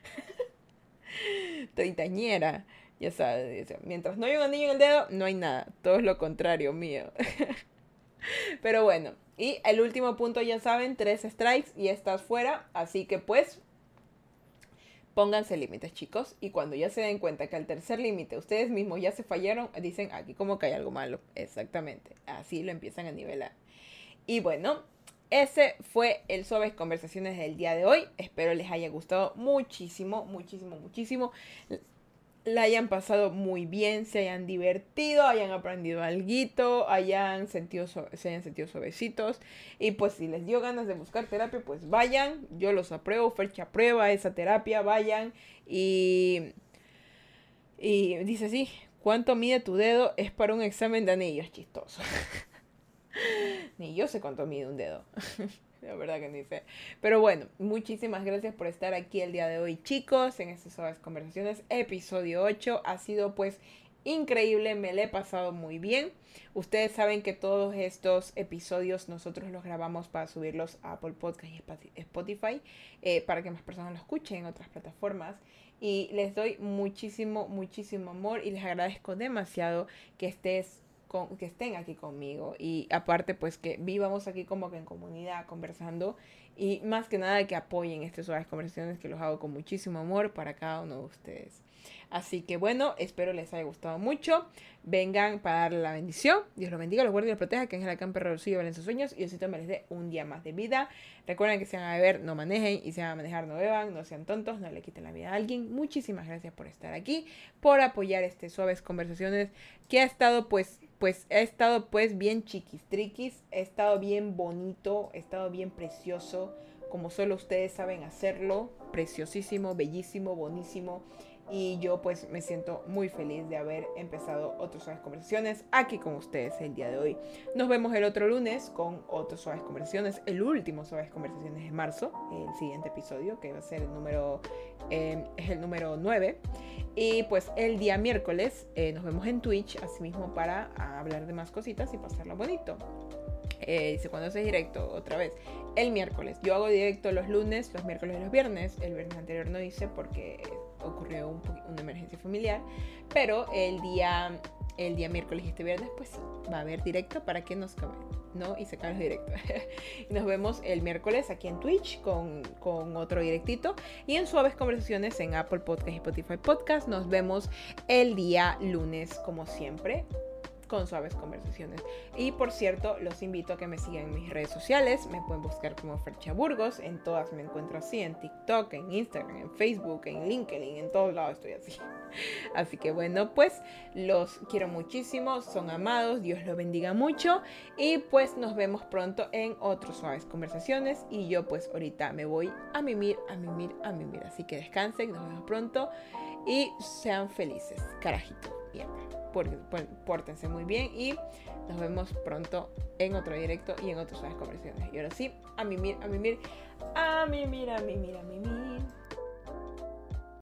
Treintañera. Ya sabes, mientras no hay un anillo en el dedo, no hay nada. Todo es lo contrario mío. Pero bueno, y el último punto, ya saben, 3 strikes y estás fuera. Así que pues, pónganse límites, chicos. Y cuando ya se den cuenta que al tercer límite ustedes mismos ya se fallaron, dicen, aquí como que hay algo malo. Exactamente. Así lo empiezan a nivelar. Y bueno, ese fue el Suaves Conversaciones del día de hoy. Espero les haya gustado muchísimo, muchísimo, muchísimo. la hayan pasado muy bien, se hayan divertido, hayan aprendido alguito, se hayan sentido suavecitos. Y pues si les dio ganas de buscar terapia, pues vayan. Yo los apruebo, Fercha aprueba esa terapia, vayan. Y dice así, ¿cuánto mide tu dedo? Es para un examen de anillos, chistoso. Ni yo sé cuánto mide un dedo. La verdad que ni sé. Pero bueno, muchísimas gracias por estar aquí el día de hoy, chicos, en estas Suaves Conversaciones, episodio 8. Ha sido pues increíble, me le he pasado muy bien. Ustedes saben que todos estos episodios nosotros los grabamos para subirlos a Apple Podcast y Spotify, para que más personas lo escuchen en otras plataformas. Y les doy muchísimo, muchísimo amor y les agradezco demasiado que estén aquí conmigo, y aparte pues que vivamos aquí como que en comunidad conversando, y más que nada que apoyen estas Suaves Conversaciones, que los hago con muchísimo amor para cada uno de ustedes. Así que bueno, espero les haya gustado mucho. Vengan para darle la bendición. Dios los bendiga, los guarde y los proteja, que Ángel Acampe Rocío en sus sueños y Diosito me les dé un día más de vida. Recuerden que si van a beber, no manejen, y si van a manejar, no beban, no sean tontos, no le quiten la vida a alguien. Muchísimas gracias por estar aquí, por apoyar Suaves Conversaciones, que ha estado pues bien chiquistriquis, ha estado bien bonito, ha estado bien precioso, como solo ustedes saben hacerlo. Preciosísimo, bellísimo, bonísimo. Y yo pues me siento muy feliz de haber empezado otras Suaves Conversaciones aquí con ustedes el día de hoy. Nos vemos el otro lunes con otras Suaves Conversaciones, el último Suaves Conversaciones de marzo, el siguiente episodio, que va a ser el número 9. Y pues el día miércoles nos vemos en Twitch, asimismo, para hablar de más cositas y pasarlo bonito. Dice, cuando haces directo, otra vez, el miércoles. Yo hago directo los lunes, los miércoles y los viernes. El viernes anterior no hice porque ocurrió una emergencia familiar, pero el día miércoles y este viernes pues sí, va a haber directo para que nos caben, ¿no? Y se acaben los directos. Y nos vemos el miércoles aquí en Twitch con otro directito, y en Suaves Conversaciones en Apple Podcast y Spotify Podcast. Nos vemos el día lunes como siempre con Suaves Conversaciones. Y por cierto, los invito a que me sigan en mis redes sociales. Me pueden buscar como Fercha Burgos. En todas me encuentro así, en TikTok, en Instagram, en Facebook, en LinkedIn, en todos lados estoy así. Así que bueno, pues los quiero muchísimo, son amados, Dios los bendiga mucho, y pues nos vemos pronto en otros Suaves Conversaciones. Y yo pues ahorita me voy a mimir. Así que descansen, nos vemos pronto y sean felices, carajito, mierda. Pórtense muy bien y nos vemos pronto en otro directo y en otras Suaves Conversaciones. Y ahora sí, a mimir.